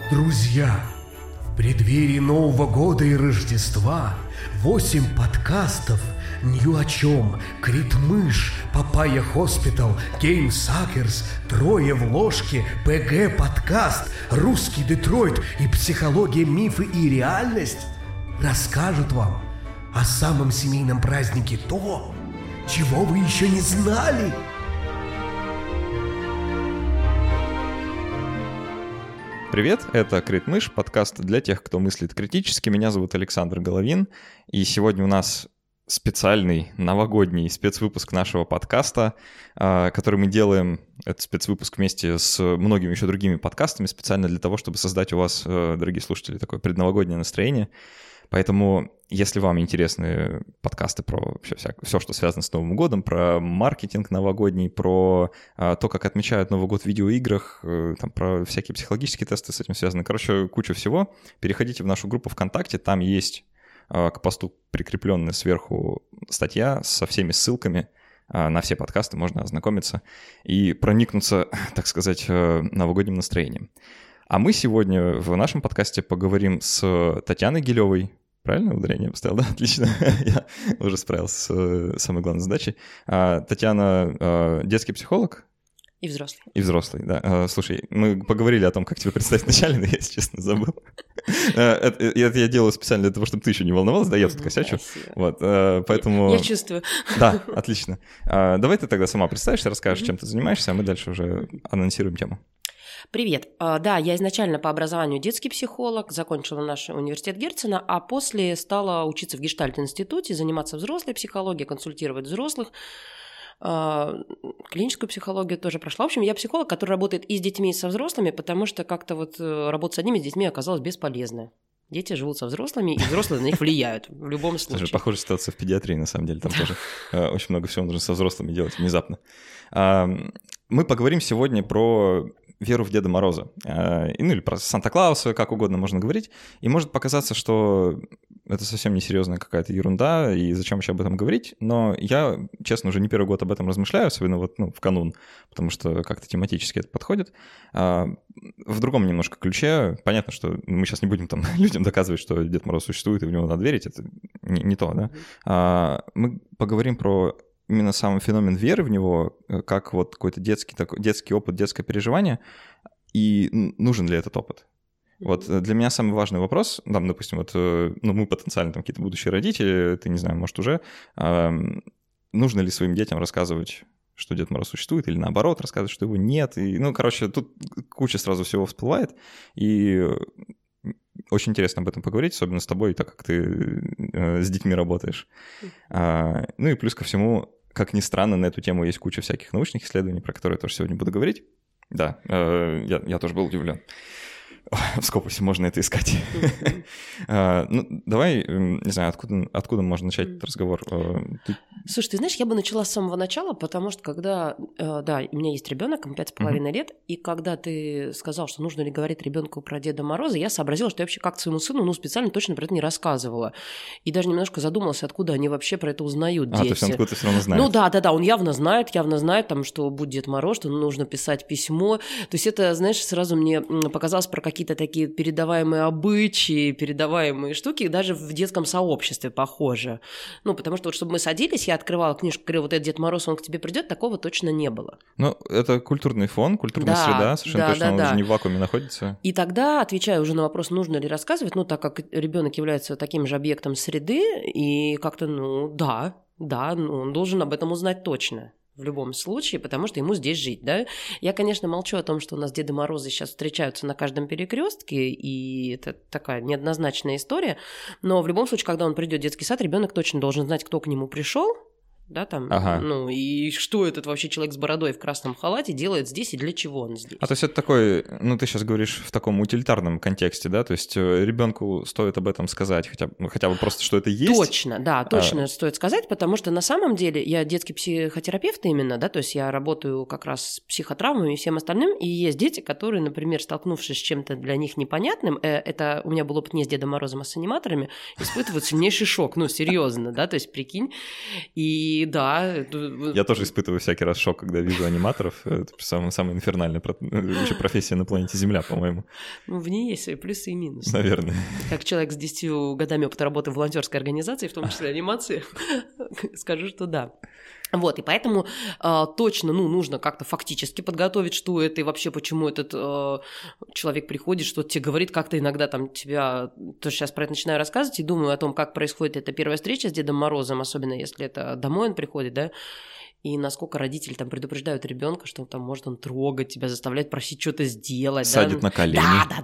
Друзья, в преддверии Нового года и Рождества 8 подкастов «Ни о чем», «Крит-мышь», «Папайя Хоспитал», «Геймсакерс», «Трое в ложке», «ПГ подкаст», «Русский Детройт» и «Психология, мифы и реальность» расскажут вам о самом семейном празднике то, чего вы еще не знали. Привет, это Крит-мышь, подкаст для тех, кто мыслит критически. Меня зовут Александр Головин, и сегодня у нас специальный новогодний спецвыпуск нашего подкаста, который мы делаем, этот спецвыпуск вместе с многими еще другими подкастами, специально для того, чтобы создать у вас, дорогие слушатели, такое предновогоднее настроение. Поэтому, если вам интересны подкасты про все, что связано с Новым годом, про маркетинг новогодний, про то, как отмечают Новый год в видеоиграх, там, про всякие психологические тесты с этим связаны, короче, куча всего, переходите в нашу группу ВКонтакте, там есть к посту прикрепленная сверху статья со всеми ссылками на все подкасты, можно ознакомиться и проникнуться, так сказать, новогодним настроением. А мы сегодня в нашем подкасте поговорим с Татьяной Гилевой. Правильно ударение поставил, да? Отлично. Я уже справился с самой главной задачей. Татьяна детский психолог? И взрослый. И взрослый, да. Слушай, мы поговорили о том, как тебя представить вначале, но я, если честно, забыл. Это я делаю специально для того, чтобы ты еще не волновалась, да, я тут косячу. Вот, поэтому... Я чувствую. Да, отлично. Давай ты тогда сама представишься, расскажешь, чем ты занимаешься, а мы дальше уже анонсируем тему. Привет. Да, я изначально по образованию детский психолог, закончила наш университет Герцена, а после стала учиться в Гештальт-институте, заниматься взрослой психологией, консультировать взрослых. Клиническую психологию тоже прошла. В общем, я психолог, который работает и с детьми, и со взрослыми, потому что как-то вот работа с одними с детьми оказалась бесполезной. Дети живут со взрослыми, и взрослые на них влияют в любом случае. Слушай, похожая ситуация в педиатрии, на самом деле. Там тоже очень много всего нужно со взрослыми делать внезапно. Мы поговорим сегодня про веру в Деда Мороза. Или про Санта-Клауса, как угодно можно говорить. И может показаться, что это совсем несерьезная какая-то ерунда, и зачем вообще об этом говорить. Но я, честно, уже не первый год об этом размышляю, особенно вот, в канун, потому что как-то тематически это подходит. В другом немножко ключе. Понятно, что мы сейчас не будем там людям доказывать, что Дед Мороз существует, и в него надо верить. Это не то, да? Мы поговорим про именно сам феномен веры в него, как вот какой-то детский опыт, детское переживание, и нужен ли этот опыт. Вот для меня самый важный вопрос, там, допустим, вот, мы потенциально там какие-то будущие родители, ты, не знаю, может, уже, нужно ли своим детям рассказывать, что Дед Мороз существует, или наоборот, рассказывать, что его нет. И, короче, тут куча сразу всего всплывает, и очень интересно об этом поговорить, особенно с тобой, так как ты с детьми работаешь. И плюс ко всему, как ни странно, на эту тему есть куча всяких научных исследований, про которые я тоже сегодня буду говорить. Да, я тоже был удивлен. В Скопусе можно это искать. Давай, не знаю, откуда можно начать этот разговор? Слушай, ты знаешь, я бы начала с самого начала, потому что когда, да, у меня есть ребенок, ему 5,5 лет, и когда ты сказал, что нужно ли говорить ребенку про Деда Мороза, я сообразила, что я вообще как-то своему сыну, специально точно про это не рассказывала. И даже немножко задумалась, откуда они вообще про это узнают, дети. То есть он откуда-то все равно знает. Да, он явно знает, там, что будет Дед Мороз, что нужно писать письмо. То есть это, знаешь, сразу мне показалось про какие-то такие передаваемые обычаи, передаваемые штуки, даже в детском сообществе похоже. Потому что вот, чтобы мы садились, я открывала книжку, говорила, вот этот Дед Мороз, он к тебе придет, такого точно не было. Это культурный фон, культурная среда, совершенно точно, он уже не в вакууме находится. И тогда, отвечая уже на вопрос, нужно ли рассказывать, так как ребенок является таким же объектом среды, и как-то, он должен об этом узнать точно. В любом случае, потому что ему здесь жить, да. Я, конечно, молчу о том, что у нас Деды Морозы сейчас встречаются на каждом перекрестке, и это такая неоднозначная история, но в любом случае, когда он придет в детский сад, ребенок точно должен знать, кто к нему пришел, да, там, и что этот вообще человек с бородой в красном халате делает здесь и для чего он здесь. То есть это такой, ты сейчас говоришь в таком утилитарном контексте, да, то есть ребенку стоит об этом сказать, хотя бы просто, что это есть? Точно, да, точно стоит сказать, потому что на самом деле я детский психотерапевт именно, да, то есть я работаю как раз с психотравмами и всем остальным, и есть дети, которые, например, столкнувшись с чем-то для них непонятным, это у меня был опыт не с Дедом Морозом, а с аниматорами, испытывают сильнейший шок, серьезно, да, то есть прикинь, и И да... Я тоже испытываю всякий раз шок, когда вижу аниматоров. Это самая инфернальная вообще профессия на планете Земля, по-моему. Ну, в ней есть свои плюсы и минусы. Наверное. Как человек с 10 годами опыта работы в волонтерской организации, в том числе анимации, скажу, что да. Вот, и поэтому точно, нужно как-то фактически подготовить, что это и вообще почему этот человек приходит, что-то тебе говорит, как-то иногда там тебя... Тоже сейчас про это начинаю рассказывать и думаю о том, как происходит эта первая встреча с Дедом Морозом, особенно если это домой он приходит, да, и насколько родители там предупреждают ребенка, что там может он трогать тебя, заставлять просить что-то сделать. Садит на колени.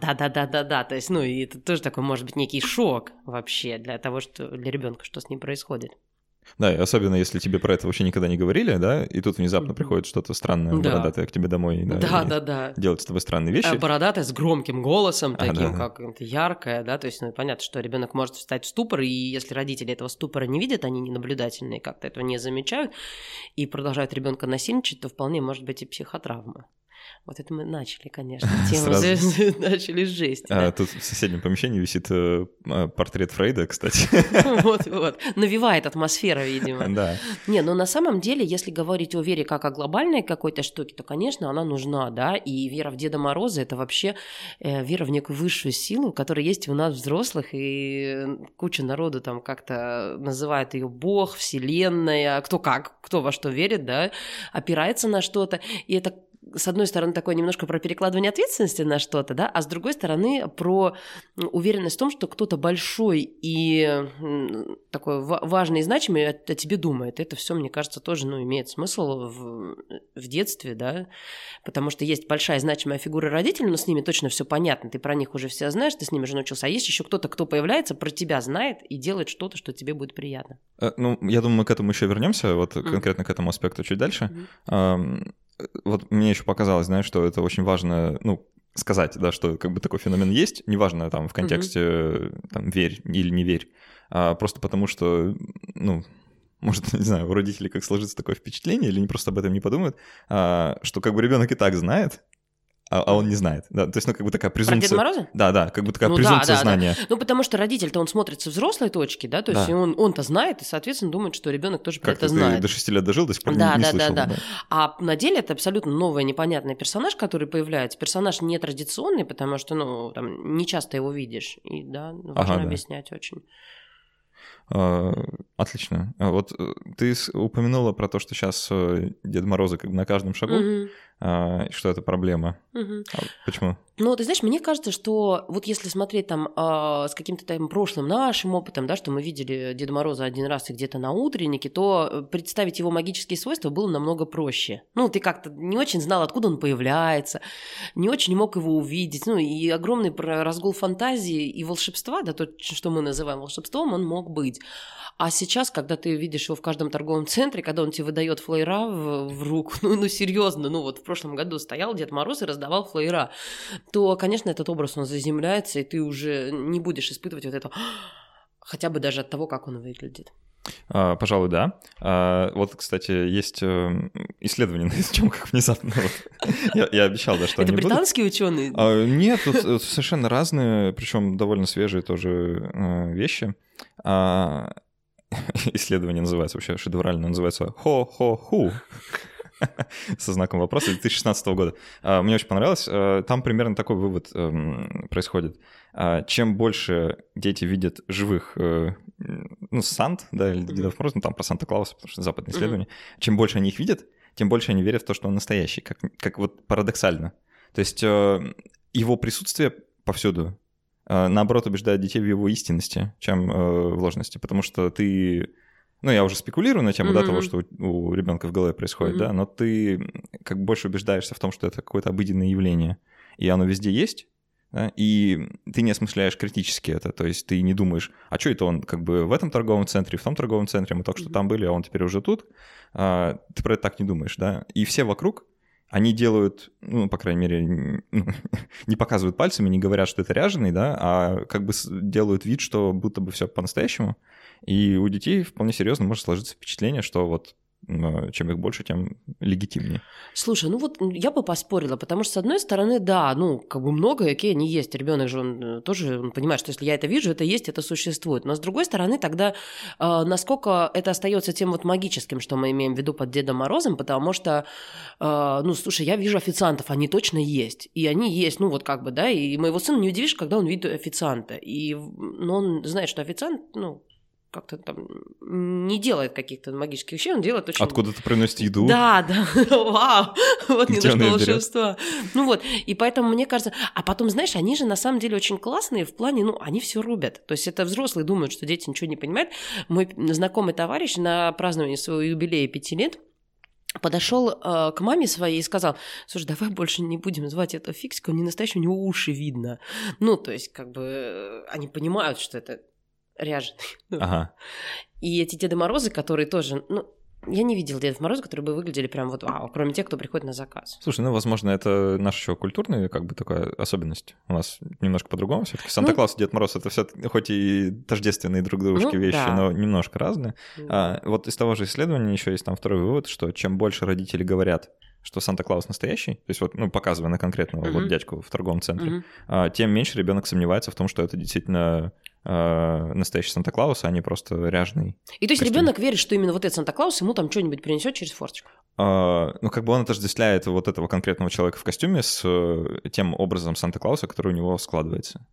Да. То есть, и это тоже такой может быть некий шок вообще для того, что для ребенка, что с ним происходит. Да, и особенно если тебе про это вообще никогда не говорили, да, и тут внезапно приходит что-то странное, бородатое к тебе домой, да, делать с тобой странные вещи. Бородатое с громким голосом, таким, как яркое, да, то есть, понятно, что ребенок может встать в ступор, и если родители этого ступора не видят, они не наблюдательные, как-то этого не замечают, и продолжают ребенка насильничать, то вполне может быть и психотравма. Вот это мы начали, конечно, тему начали с жести. Тут в соседнем помещении висит портрет Фрейда, кстати. Вот, навевает атмосферу, видимо. Да. Не, но на самом деле, если говорить о вере как о глобальной какой-то штуке, то, конечно, она нужна, да, и вера в Деда Мороза – это вообще вера в некую высшую силу, которая есть у нас, взрослых, и куча народу там как-то называет ее Бог, Вселенная, кто во что верит, да, опирается на что-то, и это с одной стороны, такое немножко про перекладывание ответственности на что-то, да, а с другой стороны, про уверенность в том, что кто-то большой и такой важный и значимый о тебе думает. Это все, мне кажется, тоже, имеет смысл в детстве, да, потому что есть большая значимая фигура родителей, но с ними точно все понятно, ты про них уже все знаешь, ты с ними уже научился, а есть еще кто-то, кто появляется, про тебя знает и делает что-то, что тебе будет приятно. Я думаю, мы к этому еще вернемся, вот конкретно к этому аспекту чуть дальше. Вот мне еще показалось, знаешь, что это очень важно, сказать, да, что как бы такой феномен есть, неважно там в контексте там, верь или не верь, а просто потому что, может, не знаю, у родителей как сложится такое впечатление, или они просто об этом не подумают, что как бы ребенок и так знает, а он не знает. Да, то есть, как бы такая презумпция... Про Деда Мороза? Да, как бы такая презумпция знания. Да. Потому что родитель-то он смотрит со взрослой точки, да, то есть он-то знает и, соответственно, думает, что ребенок тоже про это знает. Ты до 6 лет дожил, до сих пор не слышал. Да. А на деле это абсолютно новый непонятный персонаж, который появляется. Персонаж нетрадиционный, потому что, там, не часто его видишь. И, важно объяснять очень. Отлично. Вот ты упомянула про то, что сейчас Дед Мороза как бы на каждом шагу, и что это проблема. Почему? Ты знаешь, мне кажется, что вот если смотреть там с каким-то там прошлым нашим опытом, да, что мы видели Деда Мороза один раз и где-то на утреннике, то представить его магические свойства было намного проще. Ты как-то не очень знал, откуда он появляется, не очень мог его увидеть, и огромный разгул фантазии и волшебства, да, то, что мы называем волшебством, он мог быть. А сейчас, когда ты видишь его в каждом торговом центре, когда он тебе выдает флеера в руку, серьезно, вот в прошлом году стоял Дед Мороз и раздавал флеера, то, конечно, этот образ, он заземляется, и ты уже не будешь испытывать вот это, хотя бы даже от того, как он выглядит. Пожалуй, да. Вот, кстати, есть исследования на эту тему, как внезапно. Я обещал, да, что это они будут. Это британские ученые? Нет, тут совершенно разные, причем довольно свежие тоже вещи. Исследование называется вообще шедеврально, называется «Хо-хо-ху». Со знаком вопроса 2016 года. Мне очень понравилось. Там примерно такой вывод происходит. Чем больше дети видят живых Сант, да, или Дедов Мороз, там про Санта-Клауса, потому что это западное исследование, чем больше они их видят, тем больше они верят в то, что он настоящий, как вот парадоксально. То есть его присутствие повсюду, наоборот, убеждает детей в его истинности, чем в ложности, потому что ты... я уже спекулирую на тему того, что у ребенка в голове происходит, да, но ты как больше убеждаешься в том, что это какое-то обыденное явление, и оно везде есть, да, и ты не осмысляешь критически это, то есть ты не думаешь, а что это он как бы в этом торговом центре, в том торговом центре, мы только что там были, а он теперь уже тут, ты про это так не думаешь, да, и все вокруг, они делают, по крайней мере, не показывают пальцами, не говорят, что это ряженый, да, а как бы делают вид, что будто бы все по-настоящему. И у детей вполне серьезно может сложиться впечатление, что вот чем их больше, тем легитимнее. Слушай, ну вот я бы поспорила, потому что, с одной стороны, да, ну, как бы много, окей, они есть, ребенок же, он тоже он понимает, что если я это вижу, это есть, это существует. Но, с другой стороны, тогда насколько это остается тем вот магическим, что мы имеем в виду под Дедом Морозом, потому что, ну, слушай, я вижу официантов, они точно есть, и они есть, ну, вот как бы, да, и моего сына не удивишь, когда он видит официанта, но он знает, что официант, ну, как-то там не делает каких-то магических вещей, он делает очень... Откуда-то приносит еду. Да, вау, вот немножко волшебства. Ну вот, и поэтому мне кажется... А потом, знаешь, они же на самом деле очень классные в плане, ну, они все рубят. То есть это взрослые думают, что дети ничего не понимают. Мой знакомый товарищ на праздновании своего юбилея 5 лет подошел к маме своей и сказал: слушай, давай больше не будем звать этого фиксика, он не настоящий, у него уши видно. Ну, то есть как бы они понимают, что это... ряженый. Ага. И эти Деды Морозы, которые тоже... Ну, я не видела Дедов Морозов, которые бы выглядели прям вот вау, кроме тех, кто приходит на заказ. Слушай, ну, возможно, это наша еще культурная как бы такая особенность. У нас немножко по-другому все-таки. Санта-Клаус и Дед Мороз — это все хоть и тождественные друг дружке вещи, да, но немножко разные. Вот из того же исследования еще есть там второй вывод, что чем больше родители говорят, что Санта-Клаус настоящий, то есть вот, ну, показывая на конкретного вот дядьку в торговом центре, тем меньше ребенок сомневается в том, что это действительно настоящий Санта-Клаус, а не просто ряженый. И то есть ребенок верит, что именно вот этот Санта-Клаус ему там что-нибудь принесет через форточку? Ну, как бы он отождествляет вот этого конкретного человека в костюме с тем образом Санта-Клауса, который у него складывается.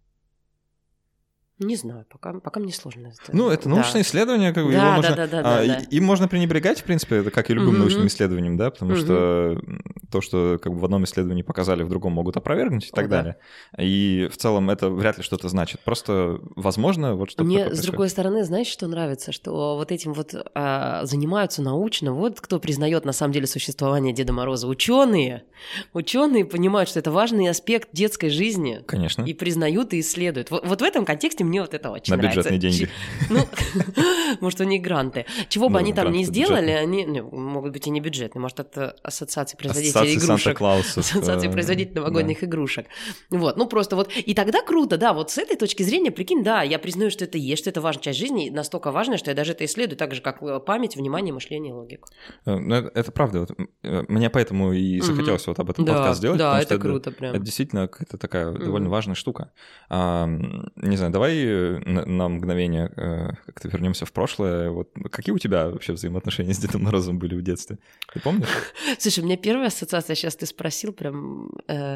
Не знаю, пока мне сложно. Ну, это научное исследование, как бы его можно... Им можно пренебрегать, в принципе, это как и любым научным исследованием, да, потому что то, что как бы в одном исследовании показали, в другом могут опровергнуть и так далее. И в целом это вряд ли что-то значит. Просто, возможно, вот что-то такое Мне, с другой стороны, знаешь, что нравится? Что вот этим вот занимаются научно. Вот кто признает на самом деле существование Деда Мороза. Ученые понимают, что это важный аспект детской жизни. Конечно. И признают, и исследуют. Вот в этом контексте мне вот это очень нравится. На бюджетные деньги. Ну, может, у них гранты. Чего бы они там ни сделали, они могут быть и не бюджетные. Может, это ассоциации производителей игрушек. Ассоциации производителей новогодних игрушек. Вот, ну просто вот. И тогда круто, да, вот с этой точки зрения, прикинь, да, я признаю, что это есть, что это важная часть жизни, настолько важная, что я даже это исследую, так же, как память, внимание, мышление, логику. Ну, это правда. Мне поэтому и захотелось вот об этом подкаст сделать. Да, это круто прям. Это действительно какая-то такая довольно важная штука. Не знаю, давай на мгновение как-то вернемся в прошлое. Вот какие у тебя вообще взаимоотношения с Дедом Морозом были в детстве? Ты помнишь? Слушай, у меня первая ассоциация, сейчас ты спросил, прям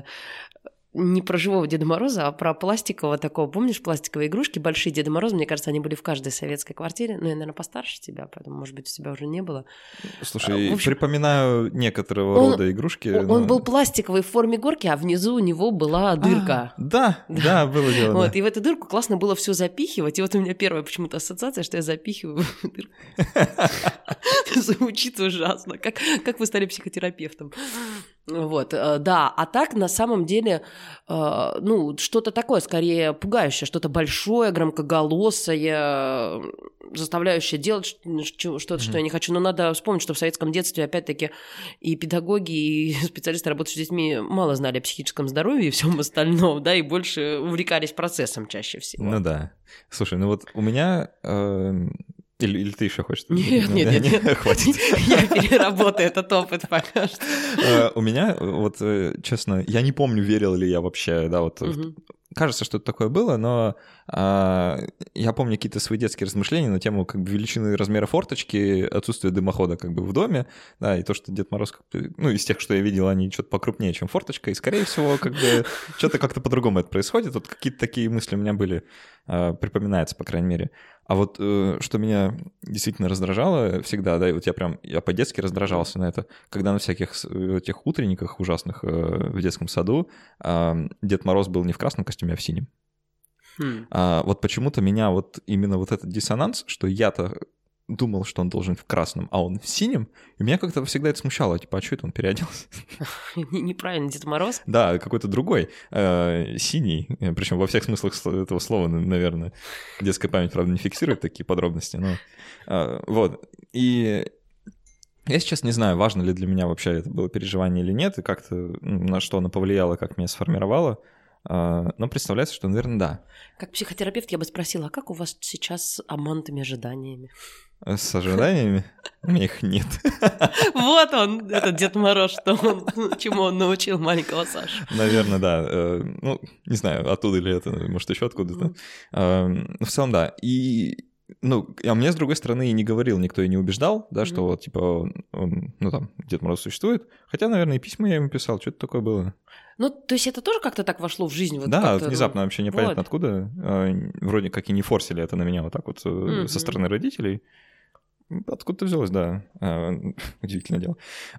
не про живого Деда Мороза, а про пластикового такого. Помнишь, пластиковые игрушки, большие Деда Мороза? Мне кажется, они были в каждой советской квартире. Ну, я, наверное, постарше тебя, поэтому, может быть, у тебя уже не было. Слушай, в общем, припоминаю некоторого рода игрушки. Он был пластиковый в форме горки, а внизу у него была дырка. Да, было дело. Вот, и в эту дырку классно было все запихивать. И вот у меня первая почему-то ассоциация, что я запихиваю в дырку. Звучит ужасно. Как вы стали психотерапевтом? Вот, да, а так на самом деле, ну, что-то такое, скорее пугающее, что-то большое, громкоголосое, заставляющее делать что-то, что я не хочу. Но надо вспомнить, что в советском детстве, опять-таки, и педагоги, и специалисты, работающие с детьми, мало знали о психическом здоровье и всем остальном, да, и больше увлекались процессом чаще всего. Ну да. Слушай, ну вот у меня... Или ты еще хочешь? Нет. Хватит. Я переработаю этот опыт пока что. У меня, вот, честно, я не помню, верил ли я вообще, да, вот... Кажется, что это такое было, но я помню какие-то свои детские размышления на тему как бы величины размера форточки, отсутствие дымохода как бы в доме, да, и то, что Дед Мороз, ну, из тех, что я видел, они что-то покрупнее, чем форточка, и, скорее всего, как бы что-то как-то по-другому это происходит. Вот какие-то такие мысли у меня были, припоминается, по крайней мере. А вот что меня действительно раздражало всегда, да, и вот я по-детски раздражался на это, когда на всяких этих утренниках ужасных в детском саду Дед Мороз был не в красном костюме, а в синем. Вот почему-то меня вот именно вот этот диссонанс, что я-то думал, что он должен в красном, а он в синем, и меня как-то всегда это смущало, типа, а что это он переоделся? Неправильно, Дед Мороз? Да, какой-то другой, синий, причем во всех смыслах этого слова, наверное. Детская память, правда, не фиксирует такие подробности, но вот. И я сейчас не знаю, важно ли для меня вообще это было переживание или нет, и как-то на что оно повлияло, как меня сформировало. но представляется, что, наверное, да. Как психотерапевт я бы спросила, а как у вас сейчас с обманутыми ожиданиями? С ожиданиями? У меня их нет. Вот он, этот Дед Мороз, чему он научил маленького Сашу. Наверное, да. Ну, не знаю, оттуда ли это, может, еще откуда-то. В целом, да. И, ну, а мне, с другой стороны, и не говорил никто, и не убеждал, да, что вот, типа, он, ну, там, Дед Мороз существует. Хотя, наверное, и письма я ему писал, что-то такое было. Ну, то есть это тоже как-то так вошло в жизнь? Вот да, как-то, внезапно вообще непонятно вот. Откуда. Вроде как и не форсили это на меня вот так вот со стороны родителей. Откуда-то взялось, да. Удивительное дело.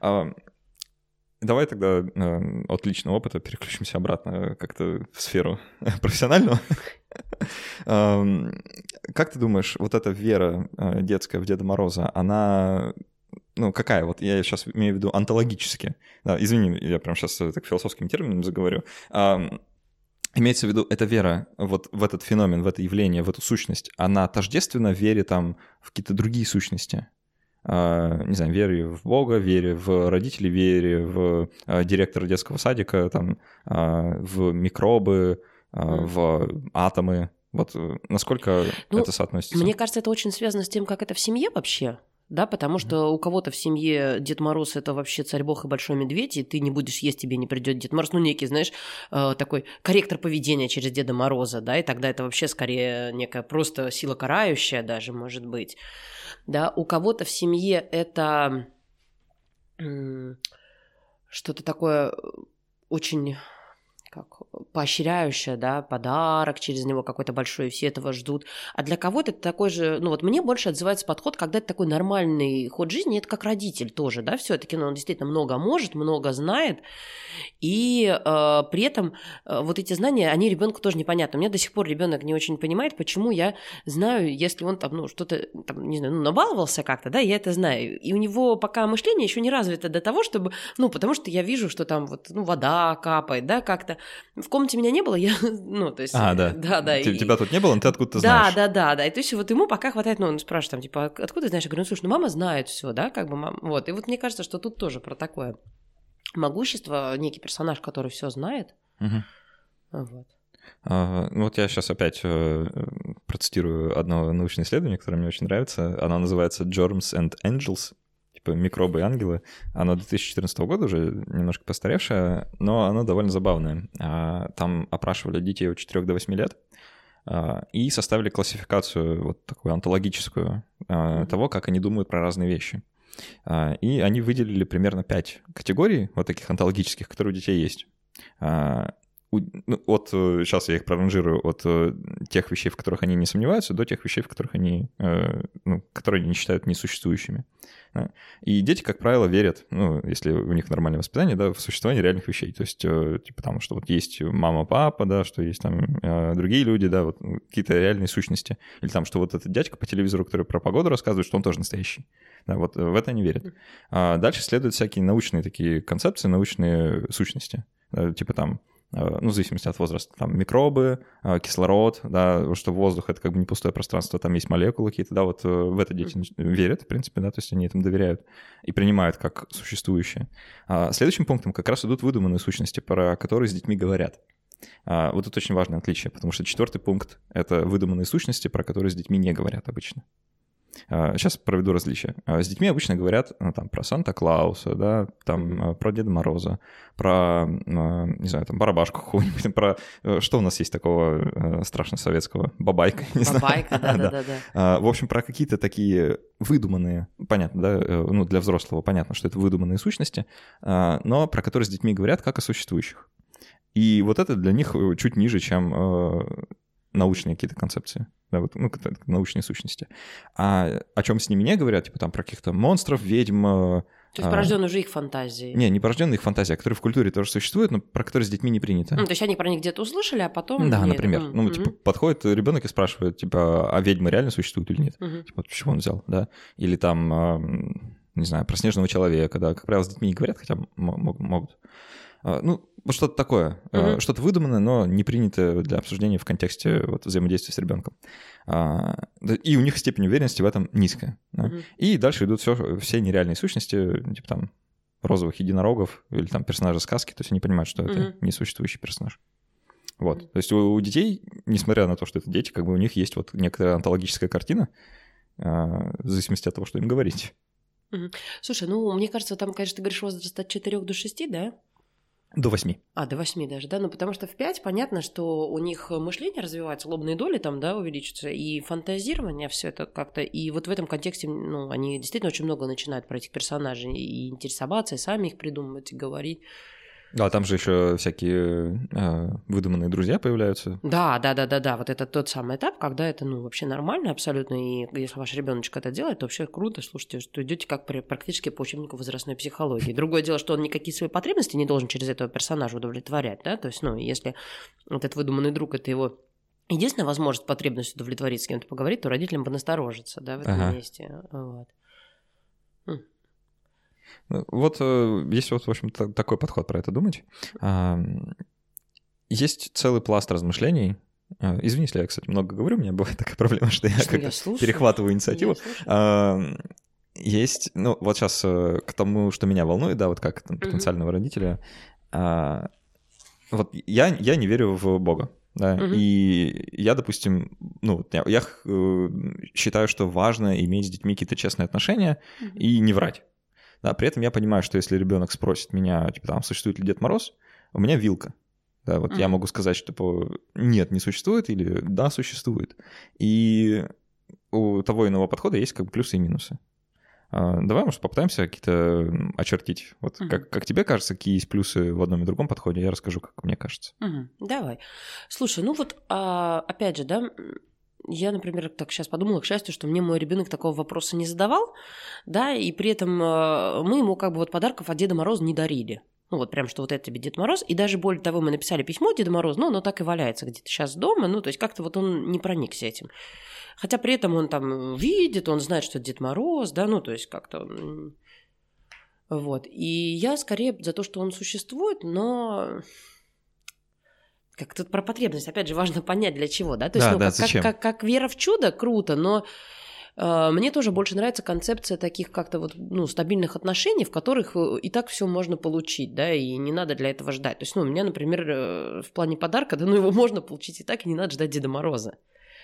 Давай тогда от личного опыта переключимся обратно как-то в сферу профессионального. Как ты думаешь, вот эта вера детская в Деда Мороза, она... Ну, какая? Вот я сейчас имею в виду онтологически. Да, извини, я прям сейчас так философским термином заговорю. Имеется в виду, эта вера вот в этот феномен, в это явление, в эту сущность, она тождественна вере там в какие-то другие сущности? Не знаю, вере в Бога, вере в родителей, вере в директора детского садика, там, в микробы, в атомы. Вот насколько это соотносится? Мне кажется, это очень связано с тем, как это в семье вообще. Да, потому что у кого-то в семье Дед Мороз – это вообще царь-бог и большой медведь, и ты не будешь есть, тебе не придет Дед Мороз. Ну, некий, знаешь, такой корректор поведения через Деда Мороза, да, и тогда это вообще скорее некая просто сила карающая даже, может быть. Да, у кого-то в семье это что-то такое очень... как поощряющее, да, подарок через него какой-то большой, и все этого ждут. А для кого-то это такой же, ну вот мне больше отзывается подход, когда это такой нормальный ход жизни, это как родитель тоже, да, все-таки, ну, он действительно много может, много знает, и при этом вот эти знания, они ребенку тоже непонятны. У меня до сих пор ребенок не очень понимает, почему я знаю, если он там, ну, что-то, там, не знаю, ну, набаловался как-то, да, я это знаю. И у него пока мышление еще не развито до того, чтобы, ну, потому что я вижу, что там вот, ну, вода капает, да, как-то. В комнате меня не было, я, ну, то есть... да. Да. Тебя тут не было, но ты откуда-то знаешь. Да. И то есть вот ему пока хватает, ну, он спрашивает там, типа, откуда знаешь? Я говорю, ну, слушай, ну, мама знает все, да, как бы, мама, вот. И вот мне кажется, что тут тоже про такое могущество, некий персонаж, который все знает. Вот. Вот я сейчас опять процитирую одно научное исследование, которое мне очень нравится. Оно называется «Germs and Angels», типа «Микробы и ангелы». Оно 2014 года уже немножко постаревшее, но оно довольно забавное. Там опрашивали детей от 4 до 8 лет и составили классификацию вот такую онтологическую того, как они думают про разные вещи. И они выделили примерно 5 категорий вот таких онтологических, которые у детей есть. Сейчас я их проранжирую от тех вещей, в которых они не сомневаются, до тех вещей, в которых они, которые они считают несуществующими. Да. И дети, как правило, верят, ну, если у них нормальное воспитание, да, в существование реальных вещей. То есть, типа, там, что вот есть мама, папа, да, что есть там другие люди, да, вот какие-то реальные сущности. Или там, что вот этот дядька по телевизору, который про погоду рассказывает, что он тоже настоящий. Да, вот в это они верят. Дальше следуют всякие научные такие концепции, научные сущности. Типа там, ну, в зависимости от возраста, там микробы, кислород, да, что воздух — это как бы не пустое пространство, там есть молекулы какие-то, да, вот в это дети верят, в принципе, да, то есть они этому доверяют и принимают как существующее. Следующим пунктом как раз идут выдуманные сущности, про которые с детьми говорят. Вот это очень важное отличие, потому что 4-й пункт — это выдуманные сущности, про которые с детьми не говорят обычно. Сейчас проведу различия. С детьми обычно говорят там, про Санта-Клауса, да, там, про Деда Мороза, про, не знаю, там, барабашку какую-нибудь, про... Что у нас есть такого страшно советского? Бабайка, не знаю. Бабайка, да. В общем, про какие-то такие выдуманные, понятно, да, ну, для взрослого понятно, что это выдуманные сущности, но про которые с детьми говорят как о существующих. И вот это для них чуть ниже, чем научные какие-то концепции, да, вот, ну, научные сущности. А о чем с ними не говорят, типа там про каких-то монстров, ведьм. То есть порожденные уже их фантазии. Не порожденные их фантазии, а которые в культуре тоже существуют, но про которые с детьми не принято. То есть они про них где-то услышали, а потом... Да, например. Ну, типа, подходит ребенок и спрашивает, типа, а ведьмы реально существуют или нет? Типа, почему он взял, да? Или там, не знаю, про снежного человека, да, как правило, с детьми не говорят, хотя могут. Ну, вот что-то такое, что-то выдуманное, но не принято для обсуждения в контексте вот, взаимодействия с ребенком. И у них степень уверенности в этом низкая. Да? И дальше идут все нереальные сущности, типа там розовых единорогов или там персонажи сказки, то есть они понимают, что это несуществующий персонаж. Вот. То есть у детей, несмотря на то, что это дети, как бы у них есть вот некоторая онтологическая картина, в зависимости от того, что им говорить. Слушай, ну, мне кажется, там, конечно, ты говоришь, возраст от 4 до 6, да? До 8. До 8 даже, да? Ну, потому что в 5 понятно, что у них мышление развивается, лобные доли там, да, увеличатся, и фантазирование, все это как-то. И вот в этом контексте, ну, они действительно очень много начинают про этих персонажей и интересоваться, и сами их придумывать, и говорить. Да, там же еще всякие выдуманные друзья появляются. Да. Вот это тот самый этап, когда это, ну, вообще нормально абсолютно. И если ваш ребеночек это делает, то вообще круто. Слушайте, что идете как практически по учебнику возрастной психологии. Другое дело, что он никакие свои потребности не должен через этого персонажа удовлетворять, да. То есть, ну, если вот этот выдуманный друг, это его единственная возможность потребность удовлетворить, с кем-то поговорить, то родителям понасторожиться, да, в этом месте. Вот. Вот есть вот, в общем, такой подход про это думать. Есть целый пласт размышлений. Извини, если я, кстати, много говорю, у меня бывает такая проблема, что я как-то перехватываю инициативу. Есть, ну, вот сейчас к тому, что меня волнует, да, вот как там, потенциального родителя. Вот я не верю в Бога. Да, и я, допустим, ну, я считаю, что важно иметь с детьми какие-то честные отношения и не врать. Да, при этом я понимаю, что если ребенок спросит меня, типа, там, существует ли Дед Мороз, у меня вилка. Да, вот я могу сказать, что типа, нет, не существует, или да, существует. И у того иного подхода есть как бы плюсы и минусы. Давай, может, попытаемся какие-то очертить. Вот как тебе кажется, какие есть плюсы в одном и другом подходе, я расскажу, как мне кажется. Давай. Слушай, ну вот, опять же, да, я, например, так сейчас подумала, к счастью, что мне мой ребенок такого вопроса не задавал, да, и при этом мы ему как бы вот подарков от Деда Мороза не дарили. Ну вот прям, что вот это тебе Дед Мороз. И даже более того, мы написали письмо Деду Морозу, но оно так и валяется где-то сейчас дома, ну то есть как-то вот он не проникся этим. Хотя при этом он там видит, он знает, что это Дед Мороз, да, ну то есть как-то... Вот. И я скорее за то, что он существует, но... Как тут про потребность, опять же, важно понять, для чего, да? То есть, да, зачем? Как вера в чудо, круто, но мне тоже больше нравится концепция таких как-то вот, ну, стабильных отношений, в которых и так все можно получить, да, и не надо для этого ждать. То есть, ну, у меня, например, в плане подарка, да, ну, его можно получить и так, и не надо ждать Деда Мороза.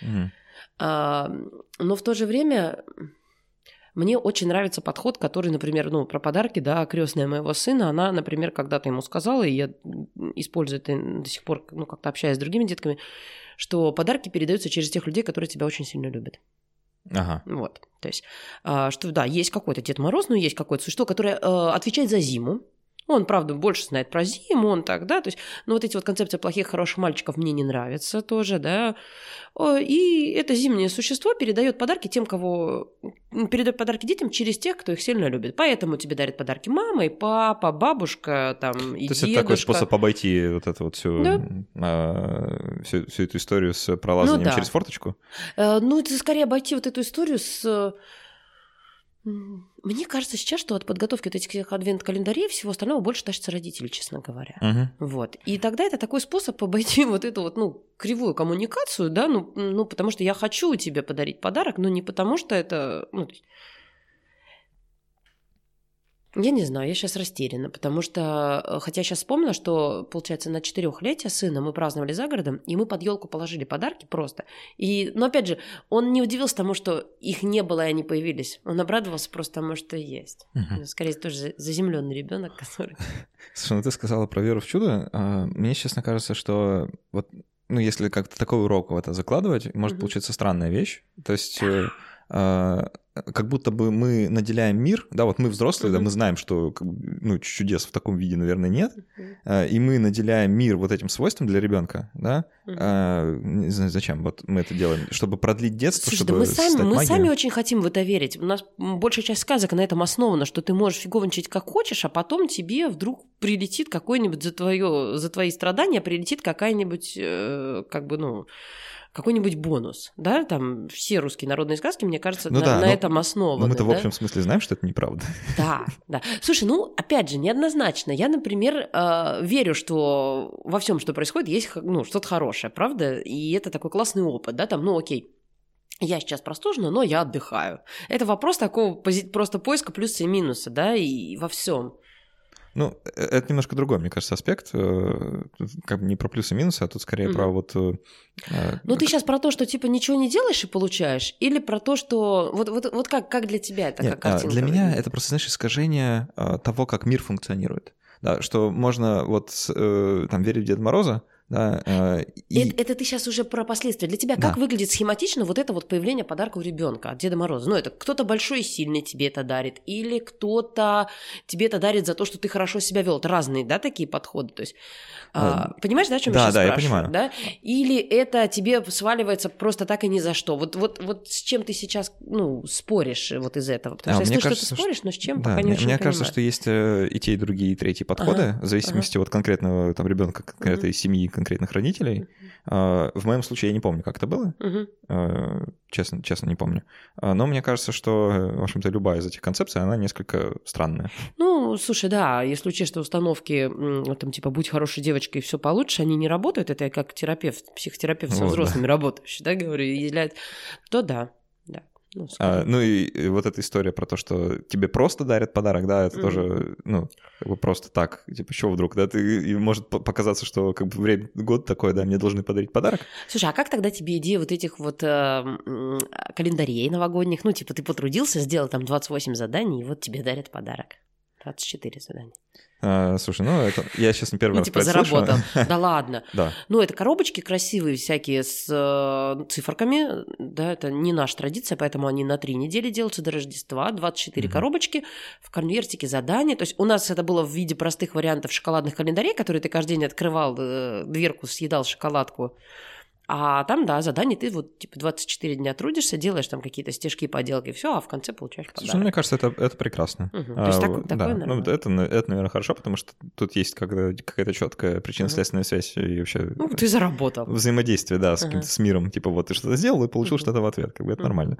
Но в то же время... Мне очень нравится подход, который, например, ну, про подарки, да, крестная моего сына, она, например, когда-то ему сказала, и я использую это до сих пор, ну, как-то общаясь с другими детками, что подарки передаются через тех людей, которые тебя очень сильно любят. Вот, то есть, что, да, есть какой-то Дед Мороз, но есть какое-то существо, которое отвечает за зиму. Он, правда, больше знает про зиму, он так, да, то есть, ну, вот эти вот концепции плохих, хороших мальчиков мне не нравятся тоже, да, и это зимнее существо передает подарки тем, кого... передает подарки детям через тех, кто их сильно любит, поэтому тебе дарят подарки мама и папа, бабушка, там, и дедушка. То есть это такой способ обойти вот эту вот всю, всю эту историю с пролазанием через форточку? Ну, это скорее обойти вот эту историю с... Мне кажется сейчас, что от подготовки вот этих адвент-календарей всего остального больше тащатся родители, честно говоря. Вот. И тогда это такой способ обойти вот эту вот, ну, кривую коммуникацию, да, ну, потому что я хочу тебе подарить подарок, но не потому что это... Ну, то есть... Я не знаю, я сейчас растеряна, потому что, хотя я сейчас вспомнила, что, получается, на 4-летие сына мы праздновали за городом, и мы под елку положили подарки просто. И, но опять же, он не удивился тому, что их не было, и они появились. Он обрадовался просто тому, что есть. Скорее, тоже заземленный ребенок, который... Слушай, ну ты сказала про веру в чудо. Мне, честно, кажется, что вот, ну, если как-то такой урок в это закладывать, может получиться странная вещь. То есть... как будто бы мы наделяем мир, да, вот мы взрослые, да, мы знаем, что, ну, чудес в таком виде, наверное, нет, и мы наделяем мир вот этим свойством для ребенка, да, не знаю, зачем вот мы это делаем, чтобы продлить детство. Слушай, чтобы да мы сами очень хотим в это верить, у нас большая часть сказок на этом основана, что ты можешь фиговничать как хочешь, а потом тебе вдруг прилетит какой-нибудь за твои страдания, прилетит какая-нибудь, как бы, ну... какой-нибудь бонус, да, там все русские народные сказки, мне кажется, на этом основаны. Но мы-то в общем смысле знаем, что это неправда. Да. Слушай, ну, опять же, неоднозначно. Я, например, верю, что во всем, что происходит, есть, ну, что-то хорошее, правда, и это такой классный опыт, да, там, ну, окей, я сейчас простужена, но я отдыхаю. Это вопрос такого просто поиска плюса и минуса, да, и во всем. Ну, это немножко другой, мне кажется, аспект. Как бы не про плюсы и минусы, а тут скорее про вот... Ну, ты сейчас про то, что типа ничего не делаешь и получаешь, или про то, что... Вот как для тебя это, как картинка? Для меня это просто, знаешь, искажение того, как мир функционирует. Да, что можно вот там верить в Деда Мороза, да, это ты сейчас уже про последствия. Для тебя как выглядит схематично вот это вот появление подарка у ребенка от Деда Мороза? Ну, это кто-то большой и сильный тебе это дарит, или кто-то тебе это дарит за то, что ты хорошо себя вел. Это разные, да, такие подходы. То есть, понимаешь, да, о чем я сейчас спрашиваю? Я понимаю. Да? Или это тебе сваливается просто так и ни за что? Вот с чем ты сейчас, споришь вот из этого? Потому что я слышу, что ты споришь, но с чем пока не очень понимаю. Мне кажется, что есть и те, и другие, и третьи подходы, в зависимости от конкретного там ребенка, конкретной семьи, конкретных родителей. В моем случае я не помню, как это было. Честно не помню. Но мне кажется, что, в общем-то, любая из этих концепций, она несколько странная. Ну, слушай, да, если учесть, что установки, там, типа, будь хорошей девочкой, и все получше, они не работают, это я как терапевт, психотерапевт со взрослыми работающий, да, говорю, то да. И вот эта история про то, что тебе просто дарят подарок, да, это тоже, как бы просто так, типа, чего вдруг, да, и может показаться, что как бы время, год такой, да, мне должны подарить подарок. Слушай, а как тогда тебе идея вот этих вот календарей новогодних, типа, ты потрудился, сделал там 28 заданий, и вот тебе дарят подарок, 24 задания. Слушай, это я сейчас не первый раз типа заработал. Да ладно. Да. Это коробочки красивые всякие с циферками, да, это не наша традиция, поэтому они на 3 недели делаются до Рождества, 24 коробочки, в конвертике задания. То есть у нас это было в виде простых вариантов шоколадных календарей, которые ты каждый день открывал дверку, съедал шоколадку. А там, да, задание, ты вот типа 24 дня трудишься, делаешь там какие-то стежки, поделки, все, а в конце получаешь подарок. Слушай, мне кажется, это прекрасно. То есть такое нормально. Это, наверное, хорошо, потому что тут есть какая-то четкая причинно-следственная связь и вообще... ты заработал. Взаимодействие, да, с миром. Типа вот ты что-то сделал и получил что-то в ответ. Как бы это нормально.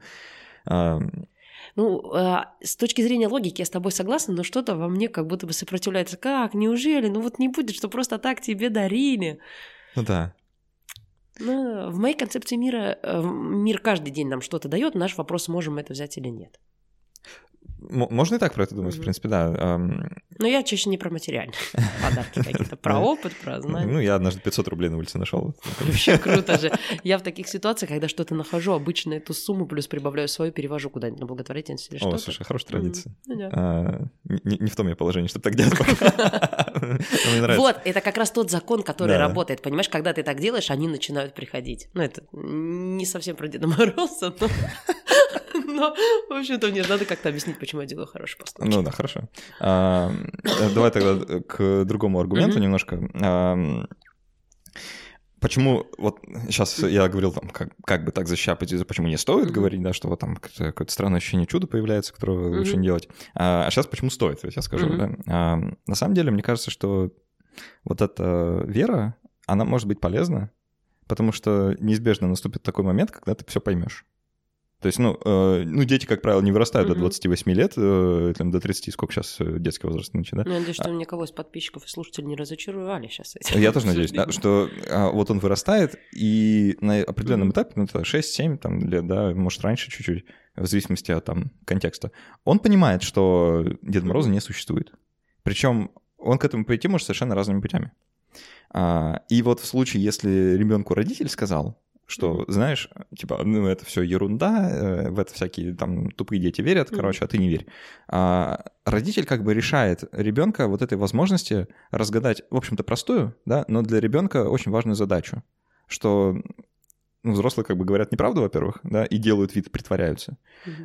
С точки зрения логики я с тобой согласна, но что-то во мне как будто бы сопротивляется. Как? Неужели? Не будет, что просто так тебе дарили. Да. В моей концепции мира мир каждый день нам что-то дает. Наш вопрос, можем мы это взять или нет. Можно и так про это думать, в принципе, да. Но я чаще не про материальные подарки какие-то, про опыт, про знания. Я однажды 500 рублей на улице нашел. Вообще круто же. Я в таких ситуациях, когда что-то нахожу, обычно эту сумму плюс прибавляю свою, перевожу куда-нибудь на благотворительность или что-то. Слушай, хорошая традиция. Не в том я положении, чтобы так делать пока. Вот, это как раз тот закон, который работает. Понимаешь, когда ты так делаешь, они начинают приходить. Это не совсем про Деда Мороза, но, в общем-то, мне надо как-то объяснить, почему я делаю хороший поступок. Да, хорошо. Давай тогда к другому аргументу немножко. Почему, вот сейчас я говорил, там, как бы так защищать позицию, почему не стоит говорить, да, что вот там какое-то странное ощущение чуда появляется, которое лучше не делать. А сейчас почему стоит, я скажу, да. На самом деле, мне кажется, что вот эта вера, она может быть полезна, потому что неизбежно наступит такой момент, когда ты все поймешь. То есть, дети, как правило, не вырастают до 28 лет, там, до 30, сколько сейчас детский возраст нынче, да? Я надеюсь, что никого из подписчиков и слушателей не разочаровали сейчас этим. Я тоже надеюсь, да, что вот он вырастает, и на определенном этапе, 6-7 там, лет, да, может, раньше чуть-чуть, в зависимости от там, контекста, он понимает, что Деда Мороза не существует. Причем он к этому прийти может совершенно разными путями. И вот в случае, если ребенку родитель сказал, что, знаешь, типа, это все ерунда, в это всякие там тупые дети верят, короче, а ты не верь. Родитель как бы решает ребенка вот этой возможности разгадать, в общем-то, простую, да, но для ребенка очень важную задачу, что взрослые как бы говорят неправду, во-первых, да, и делают вид, притворяются.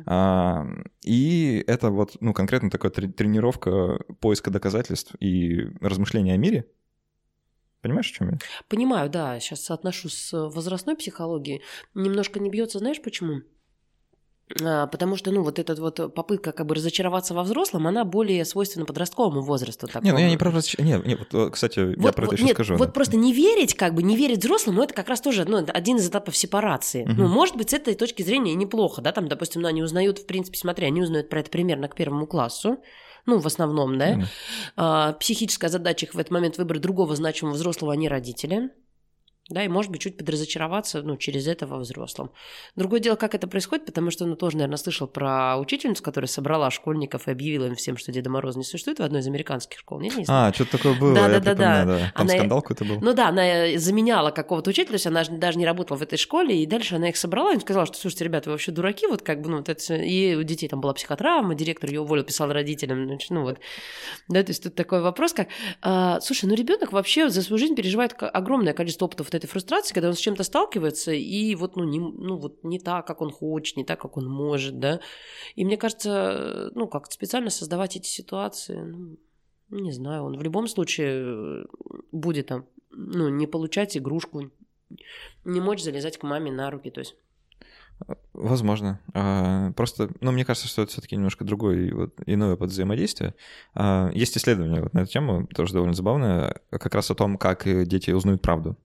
И это вот, конкретно такая тренировка поиска доказательств и размышления о мире. Понимаешь, о чем я? Понимаю, да. Сейчас соотношу с возрастной психологией. Немножко не бьется, знаешь почему? Потому что, вот эта вот попытка как бы разочароваться во взрослом, она более свойственна подростковому возрасту. Такому. Я не про кстати, я про это еще скажу. Вот просто не верить взрослому, это как раз тоже один из этапов сепарации. Может быть, с этой точки зрения и неплохо, да, там, допустим, они узнают, в принципе, они узнают про это примерно к 1 классу, в основном, да. Психическая задача их в этот момент выбрать другого значимого взрослого, а не родителя. Да, и, может быть, чуть подразочароваться, через это во взрослом. Другое дело, как это происходит, потому что, тоже, наверное, слышал про учительницу, которая собрала школьников и объявила им всем, что Деда Мороза не существует в одной из американских школ. Нет, не знаю. Что-то такое было, я припоминаю, да. Там скандал какой-то был. Да, она заменяла какого-то учителя, то есть она даже не работала в этой школе, и дальше она их собрала и сказала, что, слушайте, ребята, вы вообще дураки, это все. И у детей там была психотравма, директор ее уволил, писал родителям, Да, то есть тут такой вопрос, как... Слушай, ребенок вообще за свою жизнь переживает огромное количество опытов этой фрустрации, когда он с чем-то сталкивается, и не так, как он хочет, не так, как он может, да. И мне кажется, как-то специально создавать эти ситуации, не знаю, он в любом случае будет там, не получать игрушку, не мочь залезать к маме на руки, то есть... Возможно. Просто, мне кажется, что это все-таки немножко другой, иное подвзаимодействие. Есть исследование на эту тему, тоже довольно забавное, как раз о том, как дети узнают правду.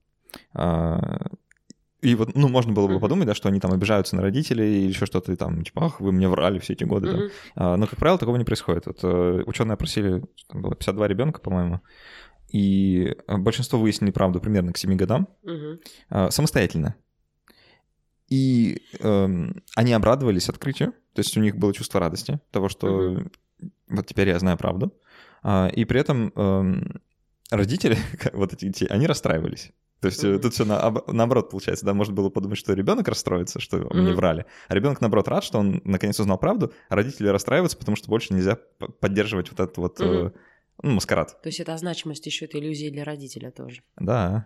И можно было бы подумать, да, что они там обижаются на родителей или еще что-то, там, типа, ах, вы мне врали все эти годы. Да. Но, как правило, такого не происходит. Ученые опросили, там было 52 ребенка, по-моему, и большинство выяснили правду примерно к 7 годам самостоятельно. И они обрадовались открытию, то есть у них было чувство радости, того, что вот теперь я знаю правду. И при этом родители, эти детей, они расстраивались. То есть тут все наоборот получается, да, можно было подумать, что ребенок расстроится, что мне врали, а ребенок наоборот рад, что он наконец узнал правду, а родители расстраиваются, потому что больше нельзя поддерживать этот маскарад. То есть это значимость еще этой иллюзии для родителя тоже. Да.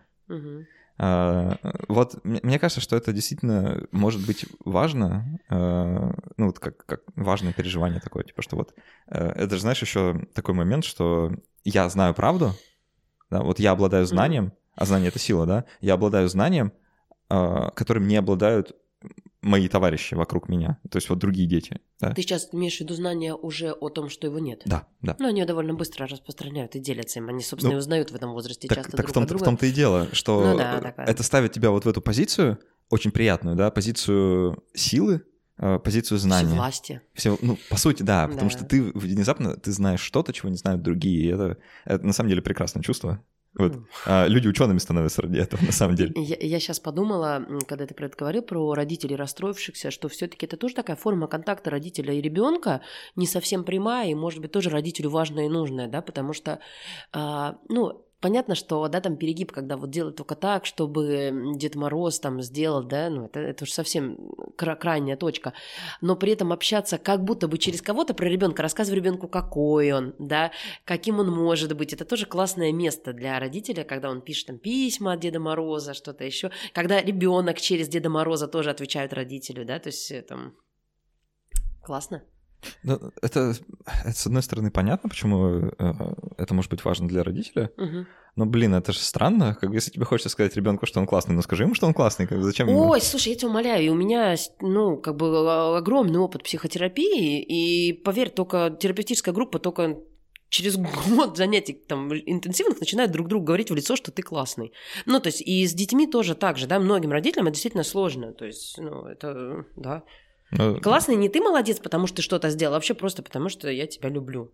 Мне кажется, что это действительно может быть важно, как важное переживание такое, типа, что это же, знаешь, еще такой момент, что я знаю правду, да, я обладаю знанием, а знание — это сила, да, я обладаю знанием, которым не обладают мои товарищи вокруг меня, то есть другие дети. Да? Ты сейчас имеешь в виду знания уже о том, что его нет? Да. Они довольно быстро распространяют и делятся им. Они, собственно, и узнают в этом возрасте часто друг друга. В том-то и дело, что это ставит тебя в эту позицию, очень приятную, да, позицию силы, позицию знания. Всевластия. По сути, да, потому что ты внезапно знаешь что-то, чего не знают другие, и это на самом деле прекрасное чувство. Люди учеными становятся ради этого, на самом деле. Я сейчас подумала, когда ты про это говорил, про родителей расстроившихся, что все-таки это тоже такая форма контакта родителя и ребенка, не совсем прямая, и, может быть, тоже родителю важная и нужная, да, потому что, понятно, что, да, там перегиб, когда делать только так, чтобы Дед Мороз там сделал, да, это уж совсем крайняя точка, но при этом общаться как будто бы через кого-то про ребенка, рассказывая ребенку, какой он, да, каким он может быть, это тоже классное место для родителя, когда он пишет там письма от Деда Мороза, что-то еще, когда ребенок через Деда Мороза тоже отвечает родителю, да, то есть классно. Это, с одной стороны, понятно, почему это может быть важно для родителя, но, это же странно, если тебе хочется сказать ребенку, что он классный, скажи ему, что он классный, зачем ему? Ой, слушай, я тебя умоляю, и у меня, огромный опыт психотерапии, и, поверь, только терапевтическая группа только через год занятий там интенсивных начинают друг другу говорить в лицо, что ты классный. То есть и с детьми тоже так же, да, многим родителям это действительно сложно, то есть, это, да. Классный не ты молодец, потому что ты что-то сделал, а вообще просто потому, что я тебя люблю.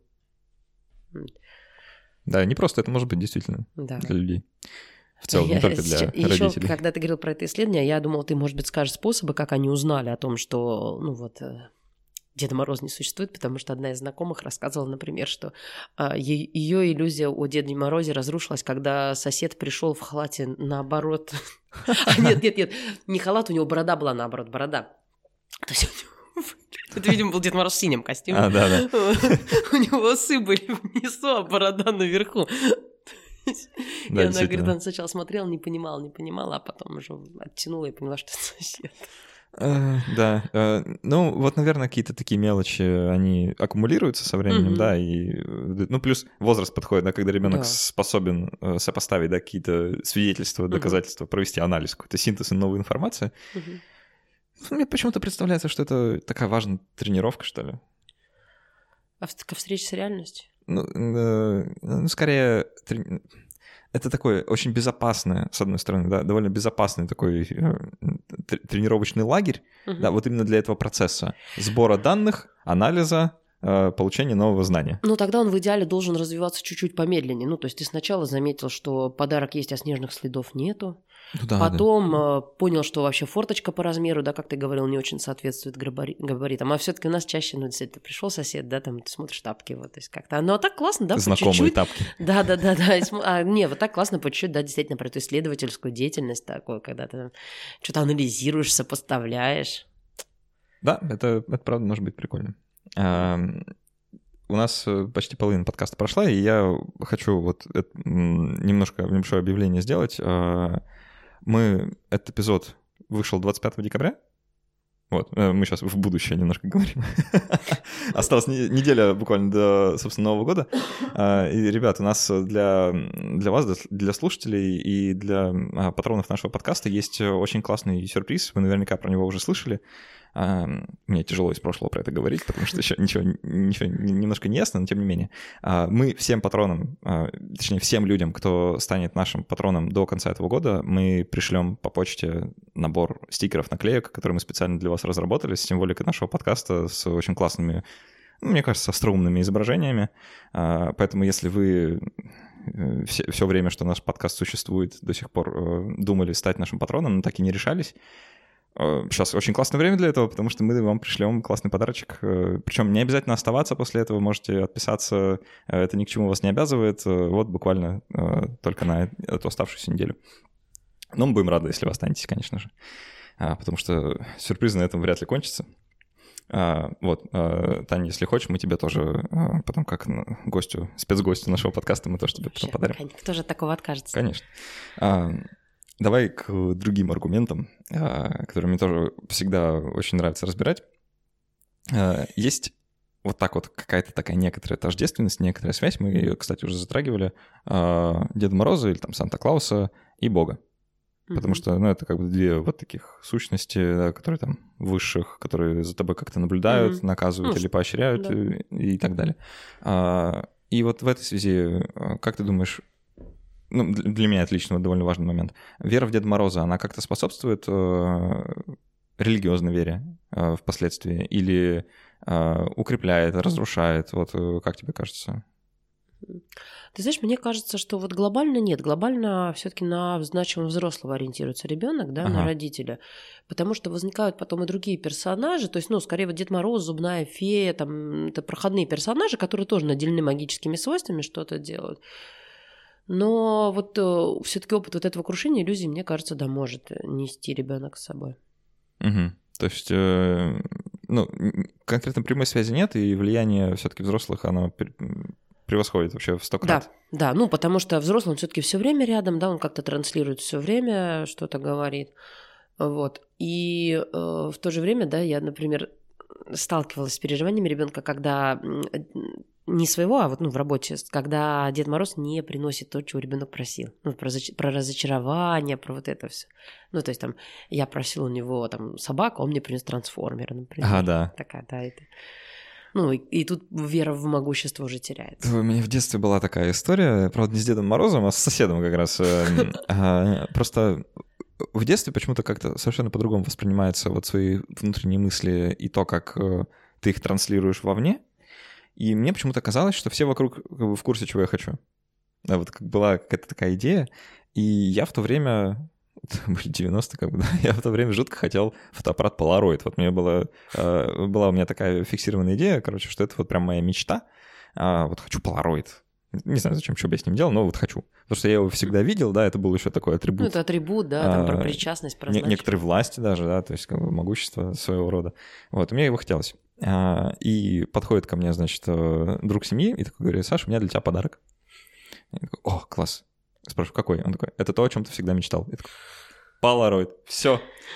Да, не просто, это может быть действительно для людей. В целом, не только для родителей. Еще, когда ты говорил про это исследование, я думала, ты, может быть, скажешь способы, как они узнали о том, что, Деда Мороза не существует, потому что одна из знакомых рассказывала, например, что ее иллюзия о Деде Морозе разрушилась, когда сосед пришел в халате наоборот. Нет, не халат, у него борода была наоборот, борода. То есть это, видимо, был Дед Мороз в синем костюме. Да. У него усы были внизу, а борода наверху. И она говорит, он сначала смотрел, не понимала, а потом уже оттянула и поняла, что это сосед. Да, наверное, какие-то такие мелочи, они аккумулируются со временем, да, и, плюс возраст подходит, да, когда ребенок способен сопоставить, да, какие-то свидетельства, доказательства, провести анализ, какой-то синтез и новой информации. Мне почему-то представляется, что это такая важная тренировка, что ли. Ко встрече с реальностью? Скорее, это такое очень безопасное, с одной стороны, да, довольно безопасный такой тренировочный лагерь, да, именно для этого процесса. Сбора данных, анализа, получения нового знания. Ну, тогда он в идеале должен развиваться чуть-чуть помедленнее. Ну, то есть ты сначала заметил, что подарок есть, а снежных следов нету. Ну, да, Потом понял, что вообще форточка по размеру, да, как ты говорил, не очень соответствует габаритам. А все-таки у нас чаще, ну, действительно, пришел сосед, да, там ты смотришь тапки, вот, то есть как-то. Ну, а так классно, да, по знакомые чуть-чуть. тапки. Да. Не, вот так классно по чуть-чуть, да, действительно, про эту исследовательскую деятельность такую, когда ты что-то анализируешь, сопоставляешь. Да, это правда может быть прикольно. У нас почти половина подкаста прошла, и я хочу вот небольшое объявление сделать. Этот эпизод вышел 25 декабря. Вот, мы сейчас в будущее немножко говорим. Осталась неделя буквально до, собственно, Нового года. И, ребят, у нас для вас, для слушателей и для патронов нашего подкаста есть очень классный сюрприз. Вы наверняка про него уже слышали. Мне тяжело из прошлого про это говорить, потому что еще ничего немножко не ясно, но тем не менее. Мы всем патронам, точнее, всем людям, кто станет нашим патроном до конца этого года, мы пришлем по почте набор стикеров, наклеек, которые мы специально для вас разработали, с символикой нашего подкаста, с очень классными, мне кажется, остроумными изображениями. Поэтому если вы все время, что наш подкаст существует, до сих пор думали стать нашим патроном, но так и не решались, сейчас очень классное время для этого, потому что мы вам пришлем классный подарочек. Причем не обязательно оставаться после этого, можете отписаться, это ни к чему вас не обязывает, вот буквально только на эту оставшуюся неделю. Но мы будем рады, если вы останетесь, конечно же, потому что сюрпризы на этом вряд ли кончатся. Вот, Таня, если хочешь, мы тебе тоже потом, как спецгостю нашего подкаста, мы тоже тебе потом подарим. Кто же от такого откажется? Конечно. Давай к другим аргументам, которые мне тоже всегда очень нравится разбирать. Есть вот так вот какая-то такая некоторая тождественность, некоторая связь, мы ее, кстати, уже затрагивали, Деда Мороза или там Санта-Клауса и Бога. Потому что, это как бы две вот таких сущности, да, которые там высших, которые за тобой как-то наблюдают, наказывают или поощряют, да. и так далее. И вот в этой связи, как ты думаешь, для меня это лично довольно важный момент. Вера в Деда Мороза, она как-то способствует религиозной вере впоследствии или укрепляет, разрушает? Вот как тебе кажется? Ты знаешь, мне кажется, что вот глобально нет. Глобально все-таки на значимого взрослого ориентируется ребенок, да, на родителя. Потому что возникают потом и другие персонажи. То есть, скорее вот Дед Мороз, Зубная фея, там, это проходные персонажи, которые тоже наделены магическими свойствами, что-то делают. Но вот все-таки опыт вот этого крушения иллюзий, мне кажется, да, может нести ребенок с собой. Угу. То есть, конкретно прямой связи нет, и влияние все-таки взрослых, оно превосходит вообще в 100 крат. Да, потому что взрослый, он все-таки все время рядом, да, он как-то транслирует все время, что-то говорит. Вот. И в то же время, да, я, например, сталкивалась с переживаниями ребенка, когда не своего, а вот в работе, когда Дед Мороз не приносит то, чего ребенок просил. Про разочарование, про вот это все. То есть там я просил у него там собаку, он мне принес трансформера, например. Да. Такая, да, это. И тут вера в могущество уже теряется. У меня в детстве была такая история, правда, не с Дедом Морозом, а с соседом как раз. Просто в детстве почему-то как-то совершенно по-другому воспринимаются вот свои внутренние мысли и то, как ты их транслируешь вовне. И мне почему-то казалось, что все вокруг в курсе, чего я хочу. Да, вот как была какая-то такая идея. И я в то время... Это были 90-е, как бы, да. Я в то время жутко хотел фотоаппарат Polaroid. Вот была у меня такая фиксированная идея, короче, что это вот прям моя мечта. Вот хочу Polaroid. Не знаю, зачем, что бы я с ним делал, но вот хочу. Потому что я его всегда видел, да, это был еще такой атрибут. Это атрибут, да, там про причастность, про значимость. Некоторые власти даже, да, то есть как бы могущество своего рода. Вот, и мне его хотелось. И подходит ко мне, значит, друг семьи и такой говорит: Саша, у меня для тебя подарок. Я такой: о, класс. Спрашиваю, какой? Он такой: это то, о чем ты всегда мечтал. Я такой: Polaroid. Все.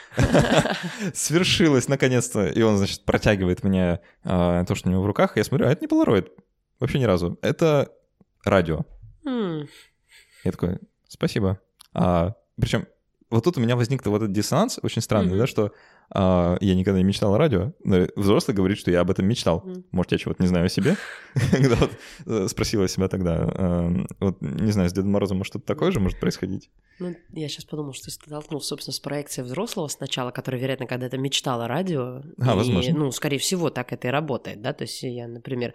Свершилось наконец-то. И он, значит, протягивает мне то, что у него в руках. Я смотрю, а это не Polaroid. Вообще ни разу. Это радио. Я такой: спасибо. Причем вот тут у меня возник вот этот диссонанс очень странный, да, что я никогда не мечтал о радио. Взрослый говорит, что я об этом мечтал. Может, я чего-то не знаю о себе. Когда вот спросила себя тогда, вот не знаю, с Дедом Морозом, может, что-то такое же может происходить? Ну, я сейчас подумал, что ты столкнулся, собственно, с проекцией взрослого сначала, который, вероятно, когда-то мечтал о радио. Возможно. Ну, скорее всего, так это и работает, да, то есть я, например,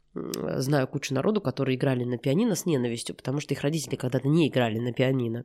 знаю кучу народу, которые играли на пианино с ненавистью, потому что их родители когда-то не играли на пианино.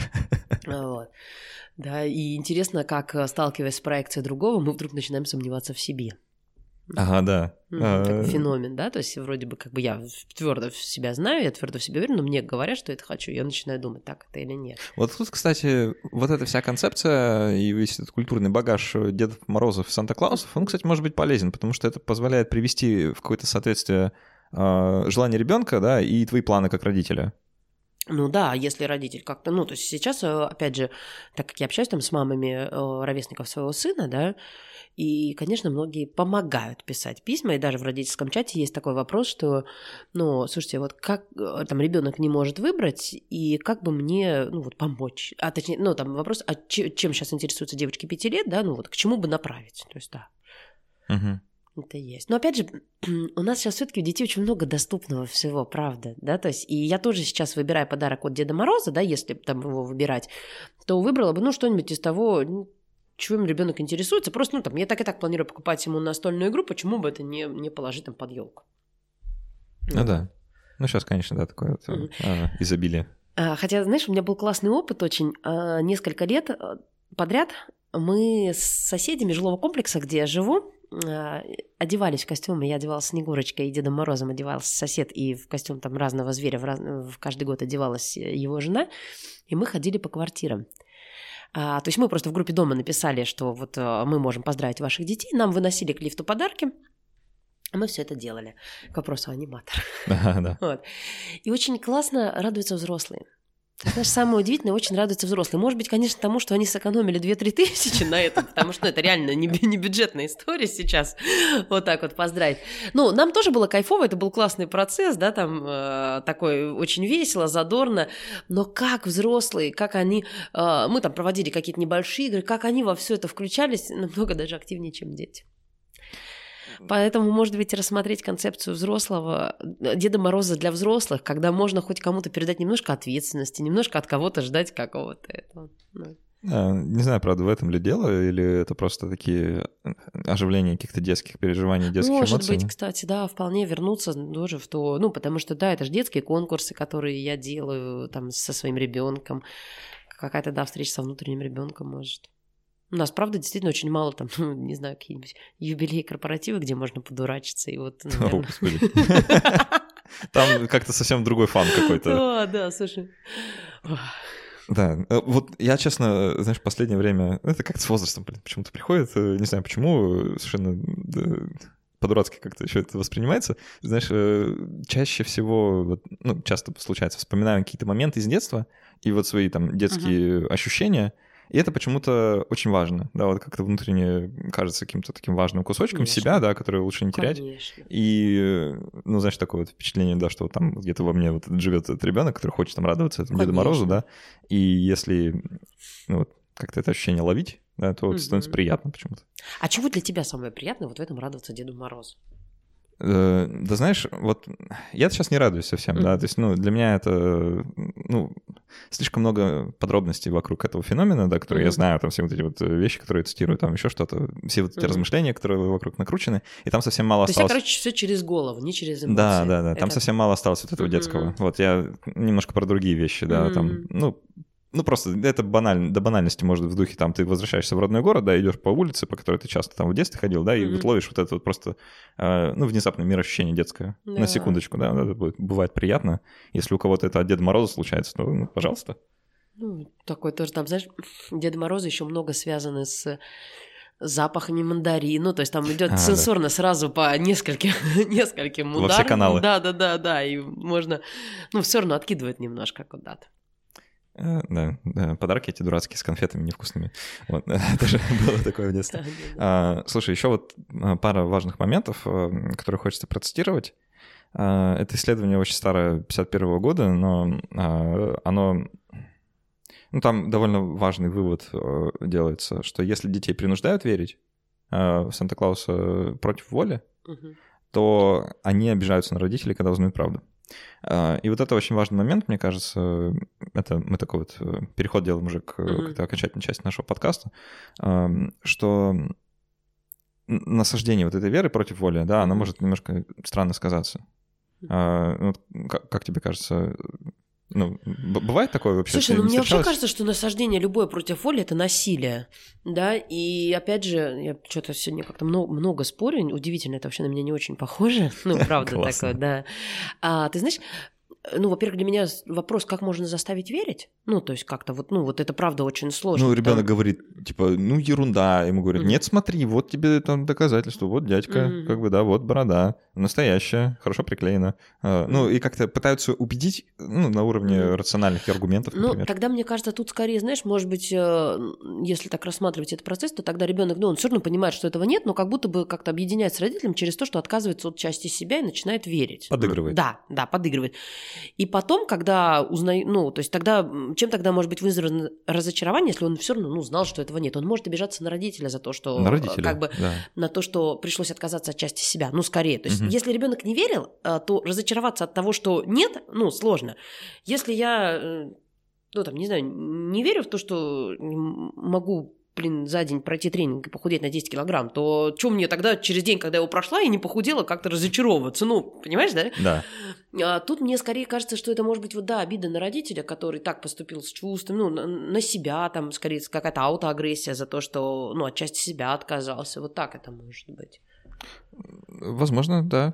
Вот. Да, и интересно, как, сталкиваясь с проекцией другого, мы вдруг начинаем сомневаться в себе. Ага, да. Такой феномен, да, то есть вроде бы как бы я твердо себя знаю, я твердо в себе уверен, но мне говорят, что это хочу, я начинаю думать, так это или нет. Вот тут, кстати, вот эта вся концепция и весь этот культурный багаж Дедов Морозов и Санта-Клаусов, он, кстати, может быть полезен, потому что это позволяет привести в какое-то соответствие желание ребенка, да, и твои планы как родителя. Ну да, если родитель как-то, ну, то есть сейчас, опять же, так как я общаюсь там с мамами ровесников своего сына, да, и, конечно, многие помогают писать письма, и даже в родительском чате есть такой вопрос, что, ну, слушайте, вот как там ребенок не может выбрать, и как бы мне, ну, вот помочь, а точнее, ну, там вопрос, а чем сейчас интересуются девочки 5 лет, да, ну, вот к чему бы направить, то есть, да. Угу. Это есть. Но опять же, у нас сейчас все-таки у детей очень много доступного всего, правда, да, то есть, и я тоже сейчас, выбирая подарок от Деда Мороза, да, если там его выбирать, то выбрала бы, ну, что-нибудь из того, чего ребенок интересуется, просто, ну, там, я так и так планирую покупать ему настольную игру, почему бы это не положить там под елку? Ну да. Ну, сейчас, конечно, да, такое вот, изобилие. Хотя, знаешь, у меня был классный опыт очень. Несколько лет подряд мы с соседями жилого комплекса, где я живу, одевались в костюмы. Я одевалась Снегурочкой, и Дедом Морозом одевался сосед, и в костюм там разного зверя в каждый год одевалась его жена, и мы ходили по квартирам. То есть мы просто в группе дома написали, что вот мы можем поздравить ваших детей, нам выносили к лифту подарки, а мы все это делали. К вопросу о аниматорах. Да. Вот. И очень классно радуются взрослые. Знаешь, самое удивительное, очень радуются взрослые. Может быть, конечно, тому, что они сэкономили 2-3 тысячи на этом, потому что это реально не бюджетная история сейчас, вот так вот поздравить. Ну, нам тоже было кайфово, это был классный процесс, да, там такой очень весело, задорно, но как взрослые, как они, мы там проводили какие-то небольшие игры, как они во все это включались, намного даже активнее, чем дети. Поэтому, может быть, рассмотреть концепцию взрослого, Деда Мороза для взрослых, когда можно хоть кому-то передать немножко ответственности, немножко от кого-то ждать какого-то этого. Не знаю, правда, в этом ли дело, или это просто такие оживления каких-то детских переживаний, детских эмоций? Может быть, кстати, да, вполне вернуться тоже в то, ну, потому что, да, это же детские конкурсы, которые я делаю там со своим ребенком, какая-то, да, встреча со внутренним ребенком, может. У нас, правда, действительно очень мало там, ну, не знаю, какие-нибудь юбилеи, корпоративы, где можно подурачиться, и вот, наверное... О, господи. Там как-то совсем другой фан какой-то. Да, слушай. Да, вот я, честно, знаешь, в последнее время, это как-то с возрастом почему-то приходит, не знаю почему, совершенно по-дурацки как-то еще это воспринимается. Знаешь, чаще всего, вот, ну, часто случается, вспоминаю какие-то моменты из детства и вот свои там детские ощущения, и это почему-то очень важно, да, вот как-то внутренне кажется каким-то таким важным кусочком себя, да, который лучше не терять. Конечно. И, ну, знаешь, такое вот впечатление, да, что там где-то во мне вот живет этот ребенок, который хочет там радоваться этому Деду Морозу, да, и если, ну, вот, как-то это ощущение ловить, да, то вот становится приятно почему-то. А чего для тебя самое приятное вот в этом радоваться Деду Морозу? Да знаешь, вот я сейчас не радуюсь совсем, да, то есть, ну, для меня это, ну, слишком много подробностей вокруг этого феномена, да, которые я знаю, там все вот эти вот вещи, которые я цитирую, там еще что-то, все вот эти размышления, которые вокруг накручены, и там совсем мало осталось. То есть, короче, все через голову, не через эмоции. Да, там совсем мало осталось вот этого детского. Вот я немножко про другие вещи, да, там, ну, просто это банально, до банальности, может, в духе, там, ты возвращаешься в родной город, да, идешь по улице, по которой ты часто там в детстве ходил, да, и вот ловишь вот это вот просто, ну, внезапное мироощущение детское, на секундочку, да, это бывает приятно. Если у кого-то это от Деда Мороза случается, то, ну, пожалуйста. Ну, такой тоже, там, знаешь, Деда Мороза еще много связано с запахами мандарин, ну, то есть там идет сенсорно сразу по нескольким ударам. Во все каналы. Да, и можно, ну, все равно откидывает немножко куда-то. Да, подарки эти дурацкие с конфетами невкусными. Вот, это же было такое в детстве. Слушай, еще вот пара важных моментов, которые хочется процитировать. Это исследование очень старое, 51-го года, но оно Ну, там довольно важный вывод делается, что если детей принуждают верить в Санта-Клауса против воли, то они обижаются на родителей, когда узнают правду. И вот это очень важный момент, мне кажется, это мы такой вот переход делаем уже к окончательной части нашего подкаста, что насаждение вот этой веры против воли, да, оно может немножко странно сказаться. Как тебе кажется, ну, бывает такое вообще? Слушай, ну мне вообще кажется, что насаждение любое против воли – это насилие, да, и опять же, я что-то сегодня как-то много спорю, удивительно, это вообще на меня не очень похоже, ну, правда такое, да. Ты знаешь, ну, во-первых, для меня вопрос, как можно заставить верить? Ну, то есть как-то вот, ну, вот это правда очень сложно. Ну, ребенок говорит, типа, ну, ерунда. Ему говорят, нет, смотри, вот тебе там доказательство, вот дядька, как бы, да, вот борода, настоящая, хорошо приклеена. Ну, и как-то пытаются убедить, ну, на уровне рациональных аргументов, например. Ну, тогда, мне кажется, тут скорее, знаешь, может быть, если так рассматривать этот процесс, то тогда ребенок, ну, он все равно понимает, что этого нет, но как будто бы как-то объединяется с родителем через то, что отказывается от части себя и начинает верить. Подыгрывает. Да, подыгрывает. И потом, когда узнаю, ну, то есть тогда, чем тогда может быть вызвано разочарование, если он все равно, ну, знал, что этого нет? Он может обижаться на родителя за то, что... На родителя, как бы, да. На то, что пришлось отказаться от части себя, ну, скорее. То есть если ребенок не верил, то разочароваться от того, что нет, ну, сложно. Если я, ну, там, не знаю, не верю в то, что могу... за день пройти тренинг и похудеть на 10 килограмм, то что мне тогда через день, когда я его прошла и не похудела, как-то разочаровываться? Ну, понимаешь, да? Да. А тут мне скорее кажется, что это может быть, вот да, обида на родителя, который так поступил с чувством, ну, на себя, там, скорее, какая-то аутоагрессия за то, что, ну, от части себя отказался. Вот так это может быть. Возможно, да.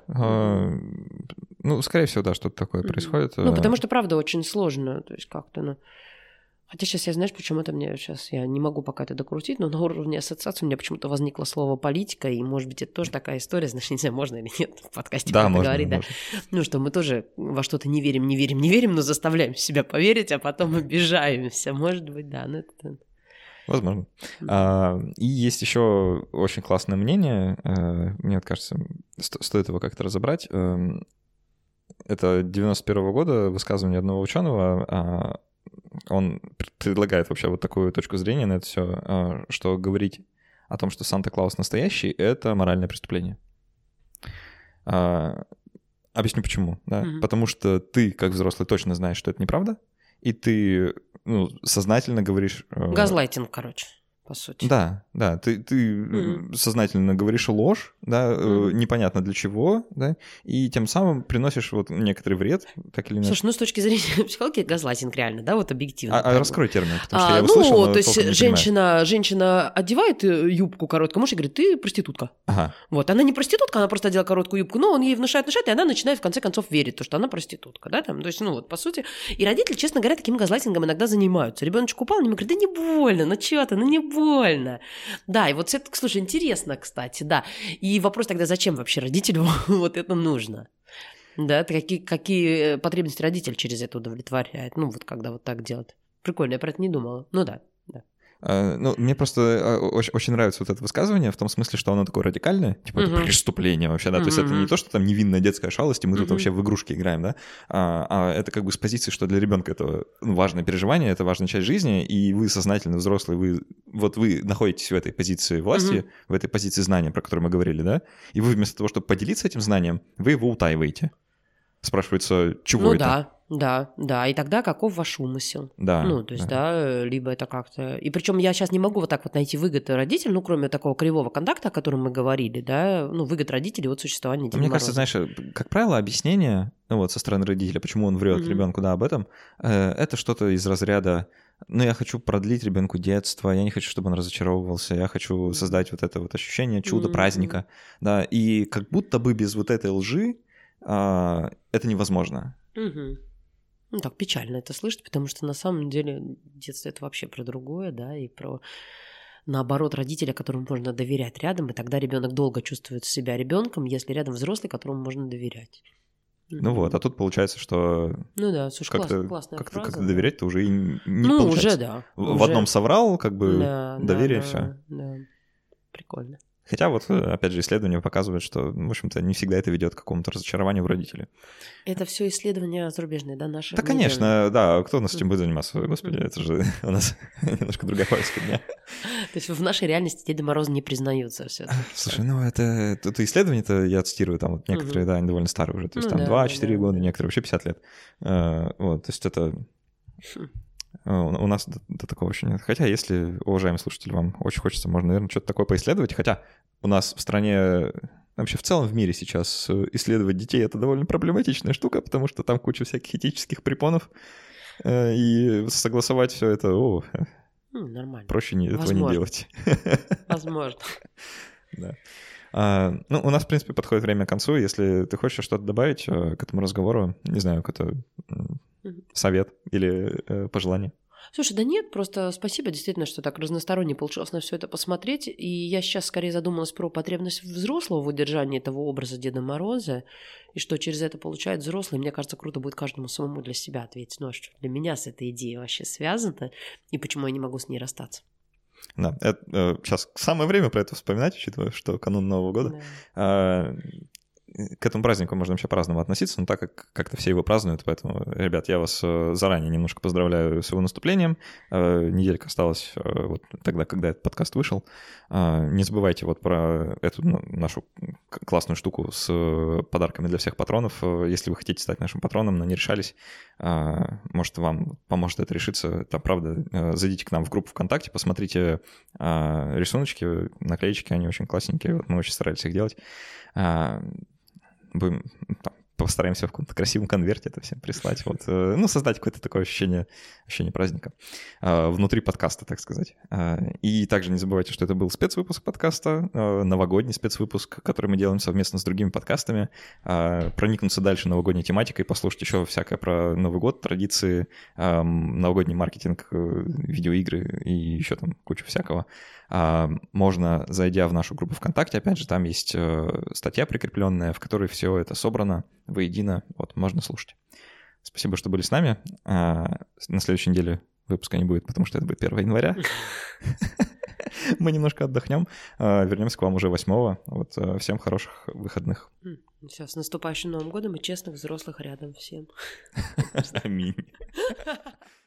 Ну, скорее всего, да, что-то такое происходит. Ну, потому что, правда, очень сложно, то есть как-то, ну... Хотя сейчас я, знаешь, почему-то я не могу пока это докрутить, но на уровне ассоциации у меня почему-то возникло слово «политика», и, может быть, это тоже такая история, знаешь, не знаю, можно или нет в подкасте да, можно, говорить, да. Ну, что мы тоже во что-то не верим, но заставляем себя поверить, а потом обижаемся, может быть, да. Ну, это... Возможно. И есть еще очень классное мнение, мне кажется, стоит его как-то разобрать. Это 91-го года высказывание одного ученого. Он предлагает вообще вот такую точку зрения на это все, что говорить о том, что Санта-Клаус настоящий, это моральное преступление. Объясню почему. Да? Потому что ты, как взрослый, точно знаешь, что это неправда, и ты, ну, сознательно говоришь... Газлайтинг, короче. По сути. Да, ты сознательно говоришь ложь, да, непонятно для чего, да, и тем самым приносишь вот некоторый вред, так или иначе. Слушай, ну с точки зрения психологии газлайтинг реально, да, вот объективно. Раскрой термин, потому что я его слышал, но то есть женщина одевает юбку короткую, муж ей говорит, ты проститутка. Ага. Вот, она не проститутка, она просто одела короткую юбку, но он ей внушает, и она начинает в конце концов верить, что она проститутка, да, там, то есть, ну вот, по сути, и родители, честно говоря, таким газлайтингом иногда занимаются. Ребеночек упал, они ему говорят, да не больно, ну чё ты, ну не больно. Да, и вот это, слушай, интересно, кстати, да. И вопрос тогда, зачем вообще родителю вот это нужно? Да, какие потребности родитель через это удовлетворяет? Ну, вот когда вот так делать. Прикольно, я про это не думала. Ну да. Ну, мне просто очень нравится вот это высказывание в том смысле, что оно такое радикальное, типа это преступление вообще, да, то есть это не то, что там невинная детская шалость, и мы тут вообще в игрушки играем, да, а это как бы с позиции, что для ребенка это важное переживание, это важная часть жизни, и вы сознательно взрослый, вы находитесь в этой позиции власти, в этой позиции знания, про которую мы говорили, да, и вы вместо того, чтобы поделиться этим знанием, вы его утаиваете. Спрашивается, чего это? Да, и тогда каков ваш умысел? Да. Ну, то есть, да, либо это как-то... И причем я сейчас не могу вот так вот найти выгоды родителей, ну, кроме такого кривого контакта, о котором мы говорили, да, ну, выгод родителей от существования Деда Мне кажется, знаешь, как правило, объяснение, ну, вот со стороны родителя, почему он врет ребенку, да, об этом, это что-то из разряда, ну, я хочу продлить ребенку детство, я не хочу, чтобы он разочаровывался, я хочу создать вот это вот ощущение чуда, праздника, да, и как будто бы без вот этой лжи это невозможно. Ну, так печально это слышать, потому что на самом деле детство — это вообще про другое, да, и про, наоборот, родителя, которому можно доверять рядом, и тогда ребенок долго чувствует себя ребенком, если рядом взрослый, которому можно доверять. Ну вот, а тут получается, что... Ну да, слушай, классная фраза. Как-то доверять-то уже и не ну, получается. Уже, да. В одном соврал, как бы, доверие, все. Да, прикольно. Хотя вот, опять же, исследования показывают, что, в общем-то, не всегда это ведет к какому-то разочарованию в родителей. Это все исследования зарубежные, да, наши? Да, конечно, да. Кто у нас этим будет заниматься? Господи, это же у нас немножко другая повестка дня. То есть в нашей реальности Деда Мороза не признаются все. Слушай, ну это исследования-то я цитирую, там вот некоторые, да, они довольно старые уже, то есть там 2-4 года, некоторые вообще 50 лет. Вот, то есть это... У нас до такого еще нет. Хотя, если, уважаемые слушатели, вам очень хочется, можно, наверное, что-то такое поисследовать. Хотя у нас в стране, вообще в целом в мире сейчас исследовать детей — это довольно проблематичная штука, потому что там куча всяких этических препонов, и согласовать все это, нормально. Проще этого не делать. Возможно. Да. Ну, у нас, в принципе, подходит время к концу. Если ты хочешь что-то добавить к этому разговору, не знаю, какой-то совет или пожелание. Слушай, да нет, просто спасибо действительно, что так разносторонне получилось на все это посмотреть. И я сейчас скорее задумалась про потребность взрослого в удержании этого образа Деда Мороза, и что через это получает взрослый. Мне кажется, круто будет каждому самому для себя ответить, ну а что для меня с этой идеей вообще связано, и почему я не могу с ней расстаться. Да, сейчас самое время про это вспоминать, учитывая, что канун Нового года. Да. К этому празднику можно вообще по-разному относиться, но так как как-то все его празднуют, поэтому, ребят, я вас заранее немножко поздравляю с его наступлением. Неделька осталась вот тогда, когда этот подкаст вышел. Не забывайте вот про эту нашу классную штуку с подарками для всех патронов. Если вы хотите стать нашим патроном, но не решались, может, вам поможет это решиться. Там, правда, зайдите к нам в группу ВКонтакте, посмотрите рисуночки, наклеечки, они очень классненькие. Вот мы очень старались их делать. Постараемся в каком-то красивом конверте это всем прислать. Вот. Ну, создать какое-то такое ощущение праздника внутри подкаста, так сказать. И также не забывайте, что это был спецвыпуск подкаста, новогодний спецвыпуск, который мы делаем совместно с другими подкастами. Проникнуться дальше новогодней тематикой, послушать еще всякое про Новый год, традиции, новогодний маркетинг, видеоигры и еще там кучу всякого. Можно, зайдя в нашу группу ВКонтакте, опять же, там есть статья прикрепленная, в которой все это собрано воедино, вот, можно слушать. Спасибо, что были с нами. На следующей неделе выпуска не будет, потому что это будет 1 января. Мы немножко отдохнем, вернемся к вам уже 8-го. Вот, всем хороших выходных. Все, с наступающим Новым годом и честных взрослых рядом всем. Аминь.